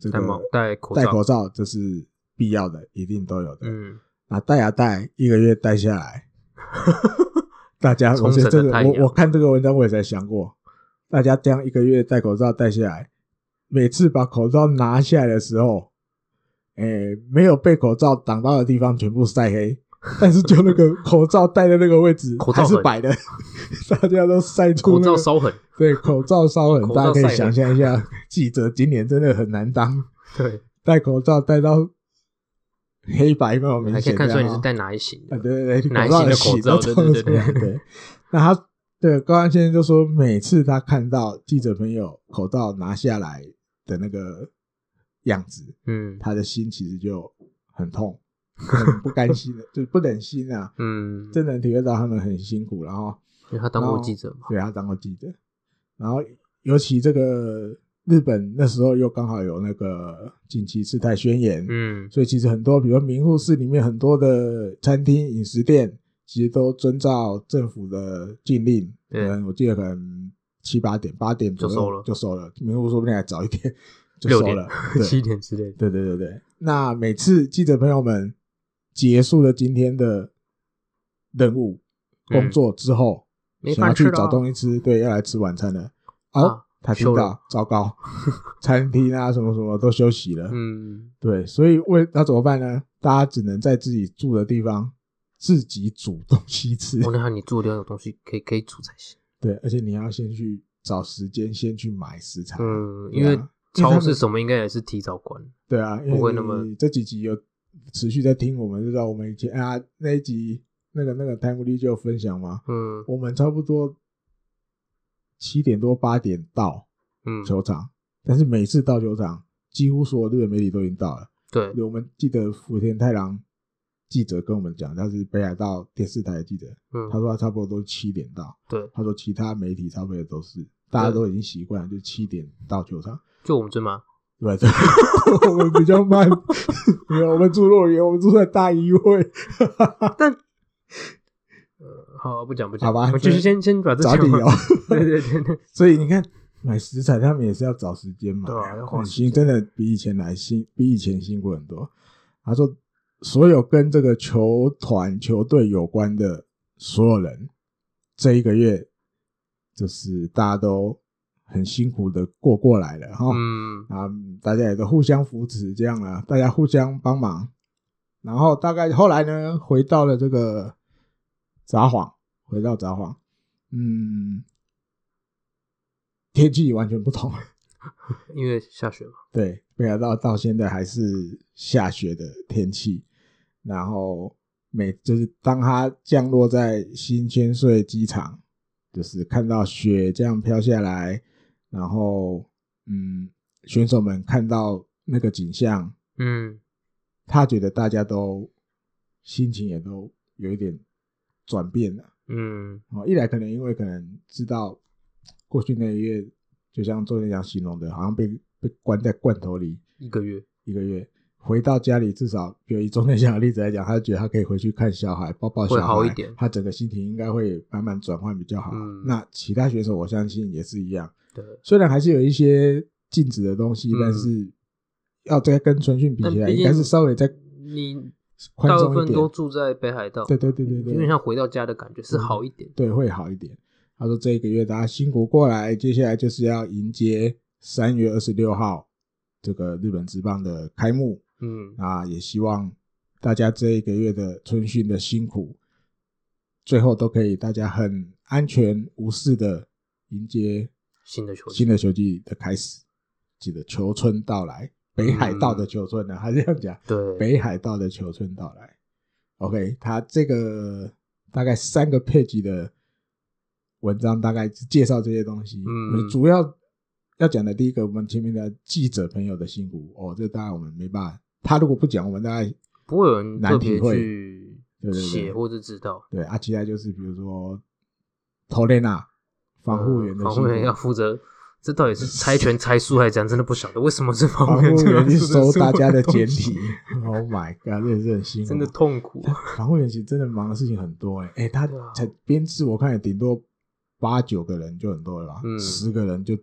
这个戴口罩， 戴口罩这是必要的，一定都有的。 嗯， 那戴啊戴，一个月戴下来，大家我觉得这个我我看这个文章我也在想过，大家这样一个月戴口罩戴下来，每次把口罩拿下来的时候，诶，没有被口罩挡到的地方全部晒黑。但是就那个口罩戴的那个位置还是白的，大家都晒出、那个、 口罩烧痕。 对，口罩烧痕，大家可以想象一下，记者今年真的很难当。 对， 戴口罩戴到黑白那么明显， 还可以看出来你是戴哪一型的。 啊、对对对， 哪一型的口罩？对对对对对。那他对高安先生就说，每次他看到记者朋友口罩拿下来的那个样子，嗯，他的心其实就很痛。很不甘心的，就是不忍心啊，嗯，真的体会到他们很辛苦，然后因为他当过记者嘛， 对，他当过记者，然后尤其这个日本那时候又刚好有那个紧急事态宣言，嗯，所以其实很多，比如说名护市里面很多的餐厅、饮食店，其实都遵照政府的禁令，嗯，我记得可能七八点、八点左右就收了，就收了，名护说不定还早一点就收了， 七点之类的， 对对对对。那每次记者朋友们结束了今天的任务工作之后，嗯、想要去找东西吃，对，要来吃晚餐了。哦，啊、他听到，糟糕，餐厅啊什么什么都休息了。嗯，对，所以为那怎么办呢？大家只能在自己住的地方自己煮东西吃。 哦，那你住的地方有东西可以可以煮才行。 对，而且你要先去找时间，先去买食材。 嗯，因为超市什么应该也是提早关。 对啊，因为不会那么这几集有。持续在听我们，就知道我们以前啊那一集那个那个 Time Lee 就有分享嘛，嗯，我们差不多七点多八点到球场，嗯，但是每次到球场，几乎所有日本媒体都已经到了。 对， 我们记得福田太郎记者跟我们讲，他是北海道电视台的记者，嗯，他说他差不多都是七点到， 对， 他说其他媒体差不多都是大家都已经习惯了，就七点到球场， 就我们这吗？ 对对，我们比较慢，没有，我们住乐园，我们住在大议会。 但，呃，好，不讲不讲， 好吧， 我继续先先把这找理由。 对对对对， 所以你看，买食材他们也是要找时间嘛， 对啊，要花时间，真的比以前来辛，比以前辛苦很多。他说，所有跟这个球团、球队有关的所有人，这一个月就是大家都很辛苦的过过来了哈，嗯，啊，大家也都互相扶持这样啦，大家互相帮忙，然后大概后来呢，回到了这个札幌，回到札幌，嗯，天气完全不同， 因为下雪嘛， 对，北海道到现在还是下雪的天气，然后每就是当它降落在新千岁机场，就是看到雪这样飘下来。然后，嗯，选手们看到那个景象，嗯，他觉得大家都心情也都有一点转变了，嗯，哦，一来可能因为可能知道过去那个月，就像周天祥形容的，好像被被关在罐头里一个月， 一个月，回到家里至少，比如以周天祥的例子来讲，他就觉得他可以回去看小孩，抱抱小孩， 会好一点， 他整个心情应该会慢慢转换比较好。嗯，那其他选手我相信也是一样。 对， 虽然还是有一些禁止的东西，嗯，但是要再跟春训比起来，应该是稍微再你大部分都住在北海道， 对对对对对， 有点像回到家的感觉，是好一点， 嗯，对，会好一点。他说这一个月大家辛苦过来，接下来就是要迎接三月二十六号这个日本职棒的开幕，嗯，啊，也希望大家这一个月的春训的辛苦，最后都可以大家很安全无事的迎接。 新的球季， 新的球季的开始，记得秋春到来，北海道的秋春呢，还，嗯，是这样讲， 对， 北海道的秋春到来。OK， 他这个大概三个page的文章，大概介绍这些东西。嗯，主要要讲的第一个，我们前面的记者朋友的辛苦哦，这当然我们没办法，他如果不讲，我们大概不会有人特别去写或者知道。 对啊，其他就是比如说托雷纳。防护员的， 嗯，防护员要负责，这到底是猜拳猜输还是讲真的不晓得为什么是防护员？ 防护员去收大家的简体，Oh my god， 这也是很辛苦， 真的痛苦。 防护员其实真的忙的事情很多哎，欸欸，他才编制我看也顶多八九个人就很多了吧，嗯，十个人就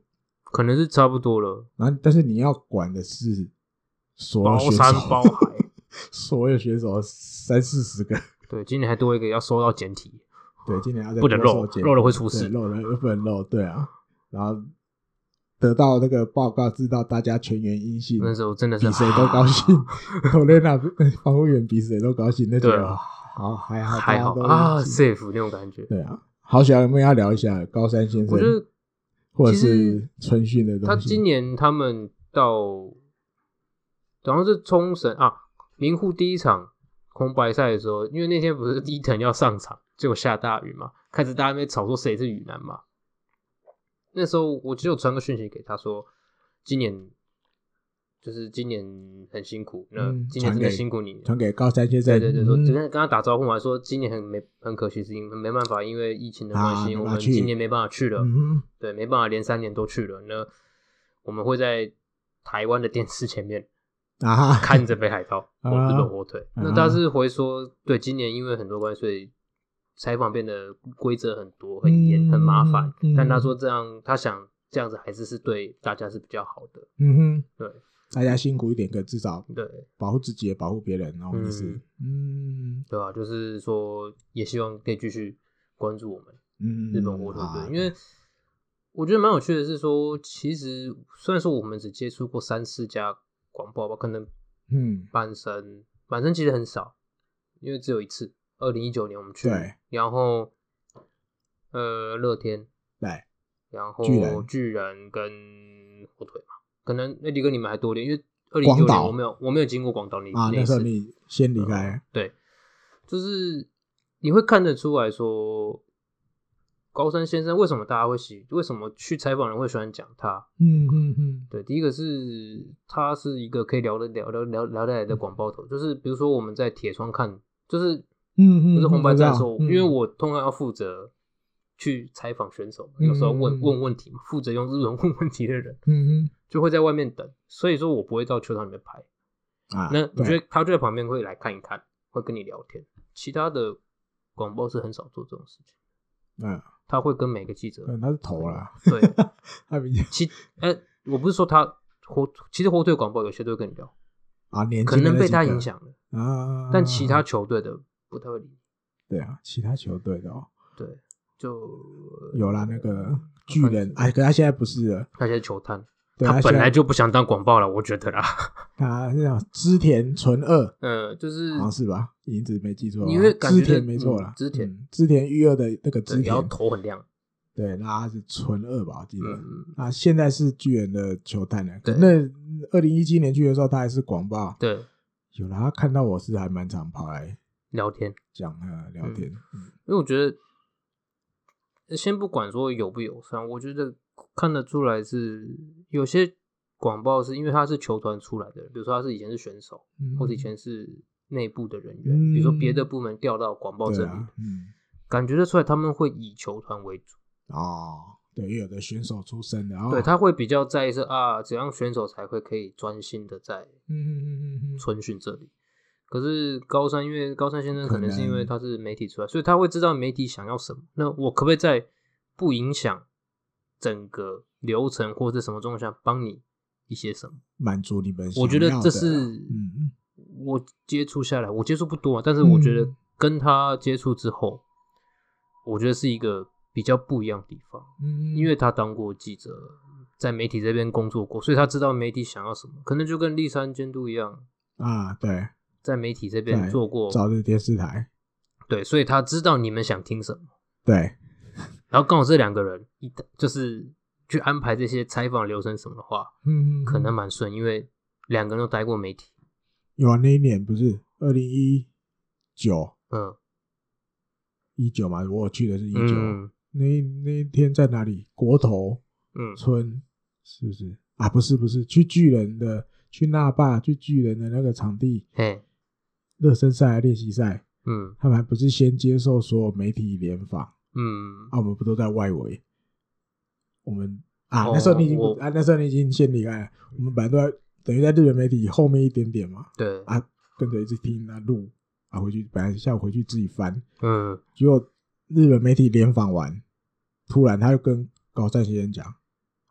可能是差不多了。 然后但是你要管的是所有包选手， 山包海， 所有选手三四十个。 对，今年还多一个要收到简体。 对，今年要再不能漏， 漏漏了会出事， 漏了又不能漏，对啊。然后得到那个报告，知道大家全员阴性， 那时候真的是比谁都高兴。我连那防护员比谁都高兴，那觉得对好还好还好大家都啊阴性 ，safe 那种感觉。 对啊，好想我们要聊一下高山先生， 我觉得或者是春训的东西。 他今年他们到好像是冲绳啊，名护第一场红白赛的时候，因为那天不是伊藤要上场，结果下大雨嘛，开始大家在那边吵说谁是雨男嘛。那时候我只有传个讯息给他说，今年就是今年很辛苦，那今年真的辛苦你， 传给高山先生， 对对对，说嗯跟跟他打招呼嘛，说今年很没很可惜，是因为没办法，因为疫情的关系， 啊我们今年没办法去了， 嗯对，没办法连三年都去了。那我们会在台湾的电视前面啊看着北海道或啊日本火腿。 啊那他是回说，对，今年因为很多关系，所以采访变得规则很多，很严， 嗯很麻烦。 嗯但他说这样，他想这样子还是是对大家是比较好的。 嗯哼， 对大家辛苦一点，可至少对保护自己也保护别人，然后意思，嗯对吧、就是说，也希望可以继续关注我们嗯， 日本火腿队， 啊因为我觉得蛮有趣的是说，其实虽然说我们只接触过三四家广播吧，可能嗯阪神阪神其实很少，因为只有一次，二零一九年我们去， 对， 然后呃乐天， 对， 然后巨人巨人跟火腿嘛，可能那离跟你们还多一点，因为二零一九广岛年我没有我没有经过广岛那啊， 那一次那时候你先离开， 对，就是你会看得出来说，高山先生为什么大家会喜，为什么去采访人会喜欢讲他？ 嗯嗯嗯， 对，第一个是他是一个可以聊得聊聊聊聊得来的广播头，就是比如说我们在铁窗看，就是嗯嗯， 就是红白战的时候， 嗯因为我通常要负责去采访选手嘛，有时候问嗯问问题嘛，负责用日文问问题的人嗯嗯就会在外面等，所以说我不会到球场里面拍。 啊， 那我觉对得他就在旁边会来看一看，会跟你聊天。其他的广播是很少做这种事情， 嗯， 他会跟每个记者， 可能他是头啦， 对， 他比较其呃，我不是说他火，其实火腿广播有些都会跟你聊， 啊年轻可能被他的那几个影响了， 啊， 但其他球队的不太会理。 对啊，其他球队的哦， 对，就有啦，那个巨人，哎，可他现在不是了， 那些球探， 对他本来现在就不想当广报了，我觉得啦。 他是叫织田纯二， 呃，就是好像是吧？名字没记错的话， 你会感觉织田没错啦嗯，织田嗯织田裕二的那个织对，然后田， 头很亮， 对，那他是纯二吧？我记得， 嗯， 啊，现在是巨人的球探了。 对那二零一七年去的时候，他还是广报， 对， 有了他看到我是还蛮常跑来聊天。 讲呃聊天，嗯因为我觉得，先不管说友不友善，我觉得看得出来是有些广报是因为他是球团出来的人，比如说他是以前是选手， 嗯或者以前是内部的人员， 嗯比如说别的部门调到广报这里， 对啊，嗯， 感觉得出来他们会以球团为主， 哦，对，因为有的选手出身的，哦、 对他会比较在意是啊，怎样选手才会可以专心的在嗯嗯嗯嗯嗯， 春训这里。可是高山，因为高山先生可能是因为可能他是媒体出来，所以他会知道媒体想要什么。那我可不可以在不影响整个流程或者什么状况下帮你一些什么？ 满足你们想要的， 我觉得这是嗯我接触下来，我接触不多啊，但是我觉得嗯跟他接触之后，我觉得是一个比较不一样的地方， 嗯， 因为他当过记者，在媒体这边工作过，所以他知道媒体想要什么，可能就跟立山监督一样， 啊，对， 在媒体这边在做过， 朝日电视台， 对，所以他知道你们想听什么， 对， 然后刚好这两个人一就是去安排这些采访流程什么的话， 嗯， 可能蛮顺，因为两个人都待过媒体， 有啊，那一年不是二零一九嗯， 一九嘛，我去的是一九、 嗯那那一天在哪里？国头嗯村是不是啊？不是不是，去巨人的去那霸去巨人的那个场地， 嘿， 热身赛还练习赛， 嗯他们还不是先接受所有媒体联访嗯， 啊？我们不都在外围？我们啊， 哦那时候你已经不我啊，那时候你已经先离开了。我们本来都在等于在日本媒体后面一点点嘛， 对， 啊，跟着一直听啊录啊，回去本来下午回去自己翻， 嗯结果日本媒体联访完，突然他就跟高山先生讲，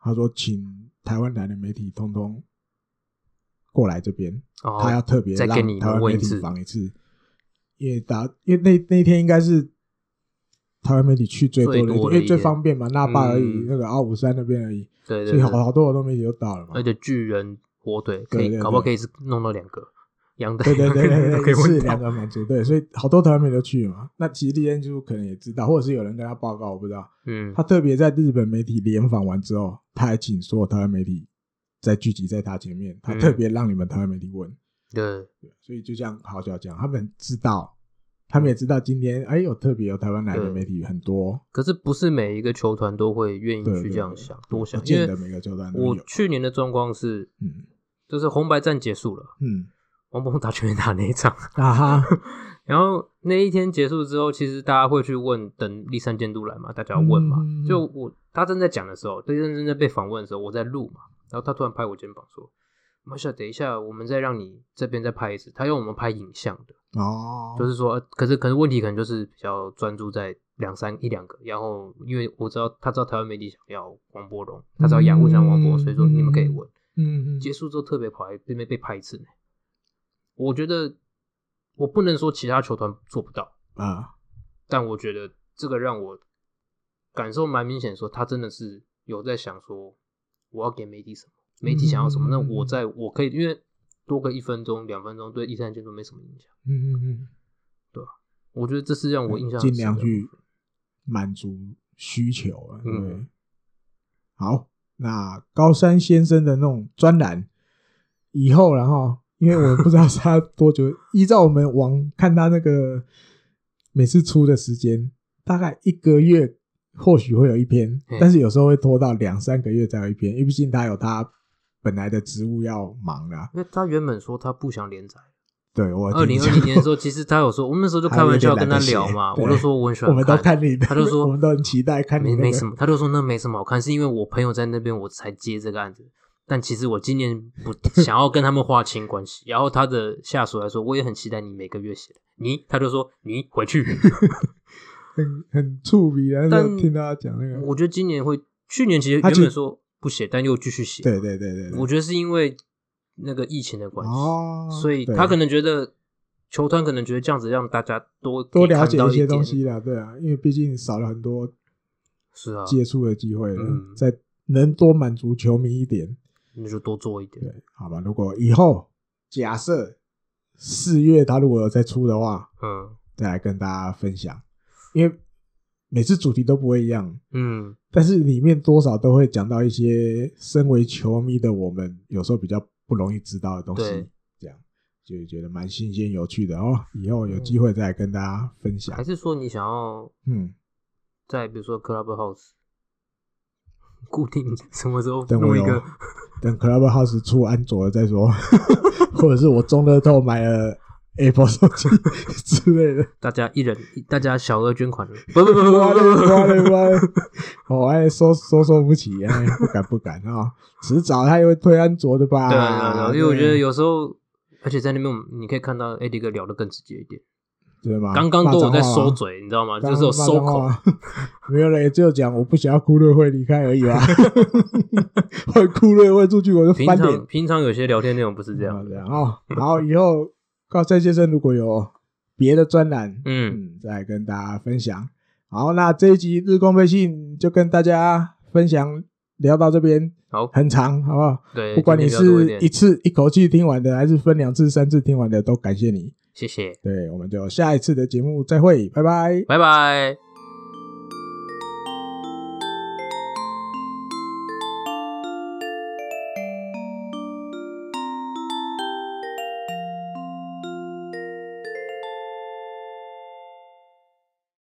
他说请台湾台的媒体通通过来这边， 哦、 他要特别让再给你台湾媒体问一次访一次，因为打因为那那天应该是台湾媒体去最多的一天， 最多的一天因为最方便嘛，那霸而已， 嗯那个奥武山那边而已， 对对对， 所以好好多好多媒体都到了嘛， 而且巨人火腿可以对对对搞不好可以是弄到两个阳台， 对对对对都可以对，是问到两个满足，对，所以好多台湾媒体都去嘛。那其实立天就可能也知道，或者是有人跟他报告，我不知道。 嗯， 他特别在日本媒体联访完之后，他还请所有台湾媒体再聚集在他前面，他特别让你们台湾媒体问。 对， 所以就像好小讲，他们知道，他们也知道今天哎有特别有台湾来的媒体很多， 可是不是每一个球团都会愿意去这样想，多想， 不见得每个球团都有。 我去年的状况是， 嗯， 就是红白战结束了， 嗯， 王柏打全垒打那一场， 啊哈， 然后那一天结束之后，其实大家会去问，等立山监督来嘛，大家要问嘛。 嗯、 就我他正在讲的时候，对正在被访问的时候，我在录嘛，然后他突然拍我肩膀说：“马小，等一下，我们再让你这边再拍一次。”他用我们拍影像的， 哦， 就是说，可是可是问题可能就是比较专注在两三一两个，然后因为我知道他知道台湾媒体想要王柏融，他知道雅虎想王柏融，所以说你们可以问。 嗯嗯， 结束之后特别跑来这边被拍一次呢。我觉得我不能说其他球团做不到啊， 但我觉得这个让我感受蛮明显，说他真的是有在想说我要给媒体什么，媒体想要什么， 嗯、 那我在我可以，因为多个一分钟两分钟对第三监督没什么影响， 嗯嗯嗯， 对吧？我觉得这是让我印象尽量去满足需求啊，对。 嗯， 好，那高山先生的那种专栏以后然后因为我们不知道他多久，依照我们往看他那个每次出的时间，大概一个月或许会有一篇，但是有时候会拖到两三个月才有一篇，因为毕竟他有他本来的职务要忙啦。 因为他原本说他不想连载。 对，我二零二零年的时候，其实他有说，我们那时候就开玩笑跟他聊嘛，我就说我很喜欢看， 我们都看你的， 他就说我们都很期待看你、那個、 没没什么，他就说那没什么好看，是因为我朋友在那边我才接这个案子，但其实我今年不想要跟他们划清关系。然后他的下属来说，我也很期待你每个月写的，你他就说你回去， 很很触鼻的。但听他讲那个， 我觉得今年会，去年其实原本说不写，但又继续写。 对对对 对, 对， 我觉得是因为那个疫情的关系， 哦， 所以他可能觉得。球团可能觉得这样子让大家多多了解一些东西啦，对啊，因为毕竟少了很多是啊接触的机会了， 嗯， 再能多满足球迷一点， 那就多做一点。 对，好吧。如果以后假设四月他如果有再出的话， 嗯， 再来跟大家分享，因为每次主题都不会一样， 嗯， 但是里面多少都会讲到一些身为球迷的我们有时候比较不容易知道的东西。就觉得蛮新鲜有趣的哦，以后有机会再来跟大家分享。 还是说你想要嗯，在比如说 Clubhouse 固定什么时候弄一个？ 等 Clubhouse 出安卓了再说，或者是我中乐透买了 Apple 手机之类的。 大家一人，大家小额捐款。不不不不不不不！我哎收收收不起，哎，不敢不敢啊、哦！迟早他也会推安卓的吧？ 对啊对啊，因为我觉得有时候。而且在那边，你可以看到 A D 哥聊得更直接一点， 对吗？ 刚刚都有在收嘴，你知道吗？就是有收口， 没有人只有讲我不想要库瑞会离开而已吧。会库瑞会出去，我就翻脸。 平常平常有些聊天内容不是这样的哦。然后以后高山先生如果有别的专栏，嗯嗯，再跟大家分享。好，那这一集日工配信就跟大家分享聊到这边。 好， 很长，好不好？ 对， 不管你是一次一口气听完的，还是分两次、三次听完的，都感谢你， 谢谢。 对，我们就下一次的节目再会，拜拜， 拜拜。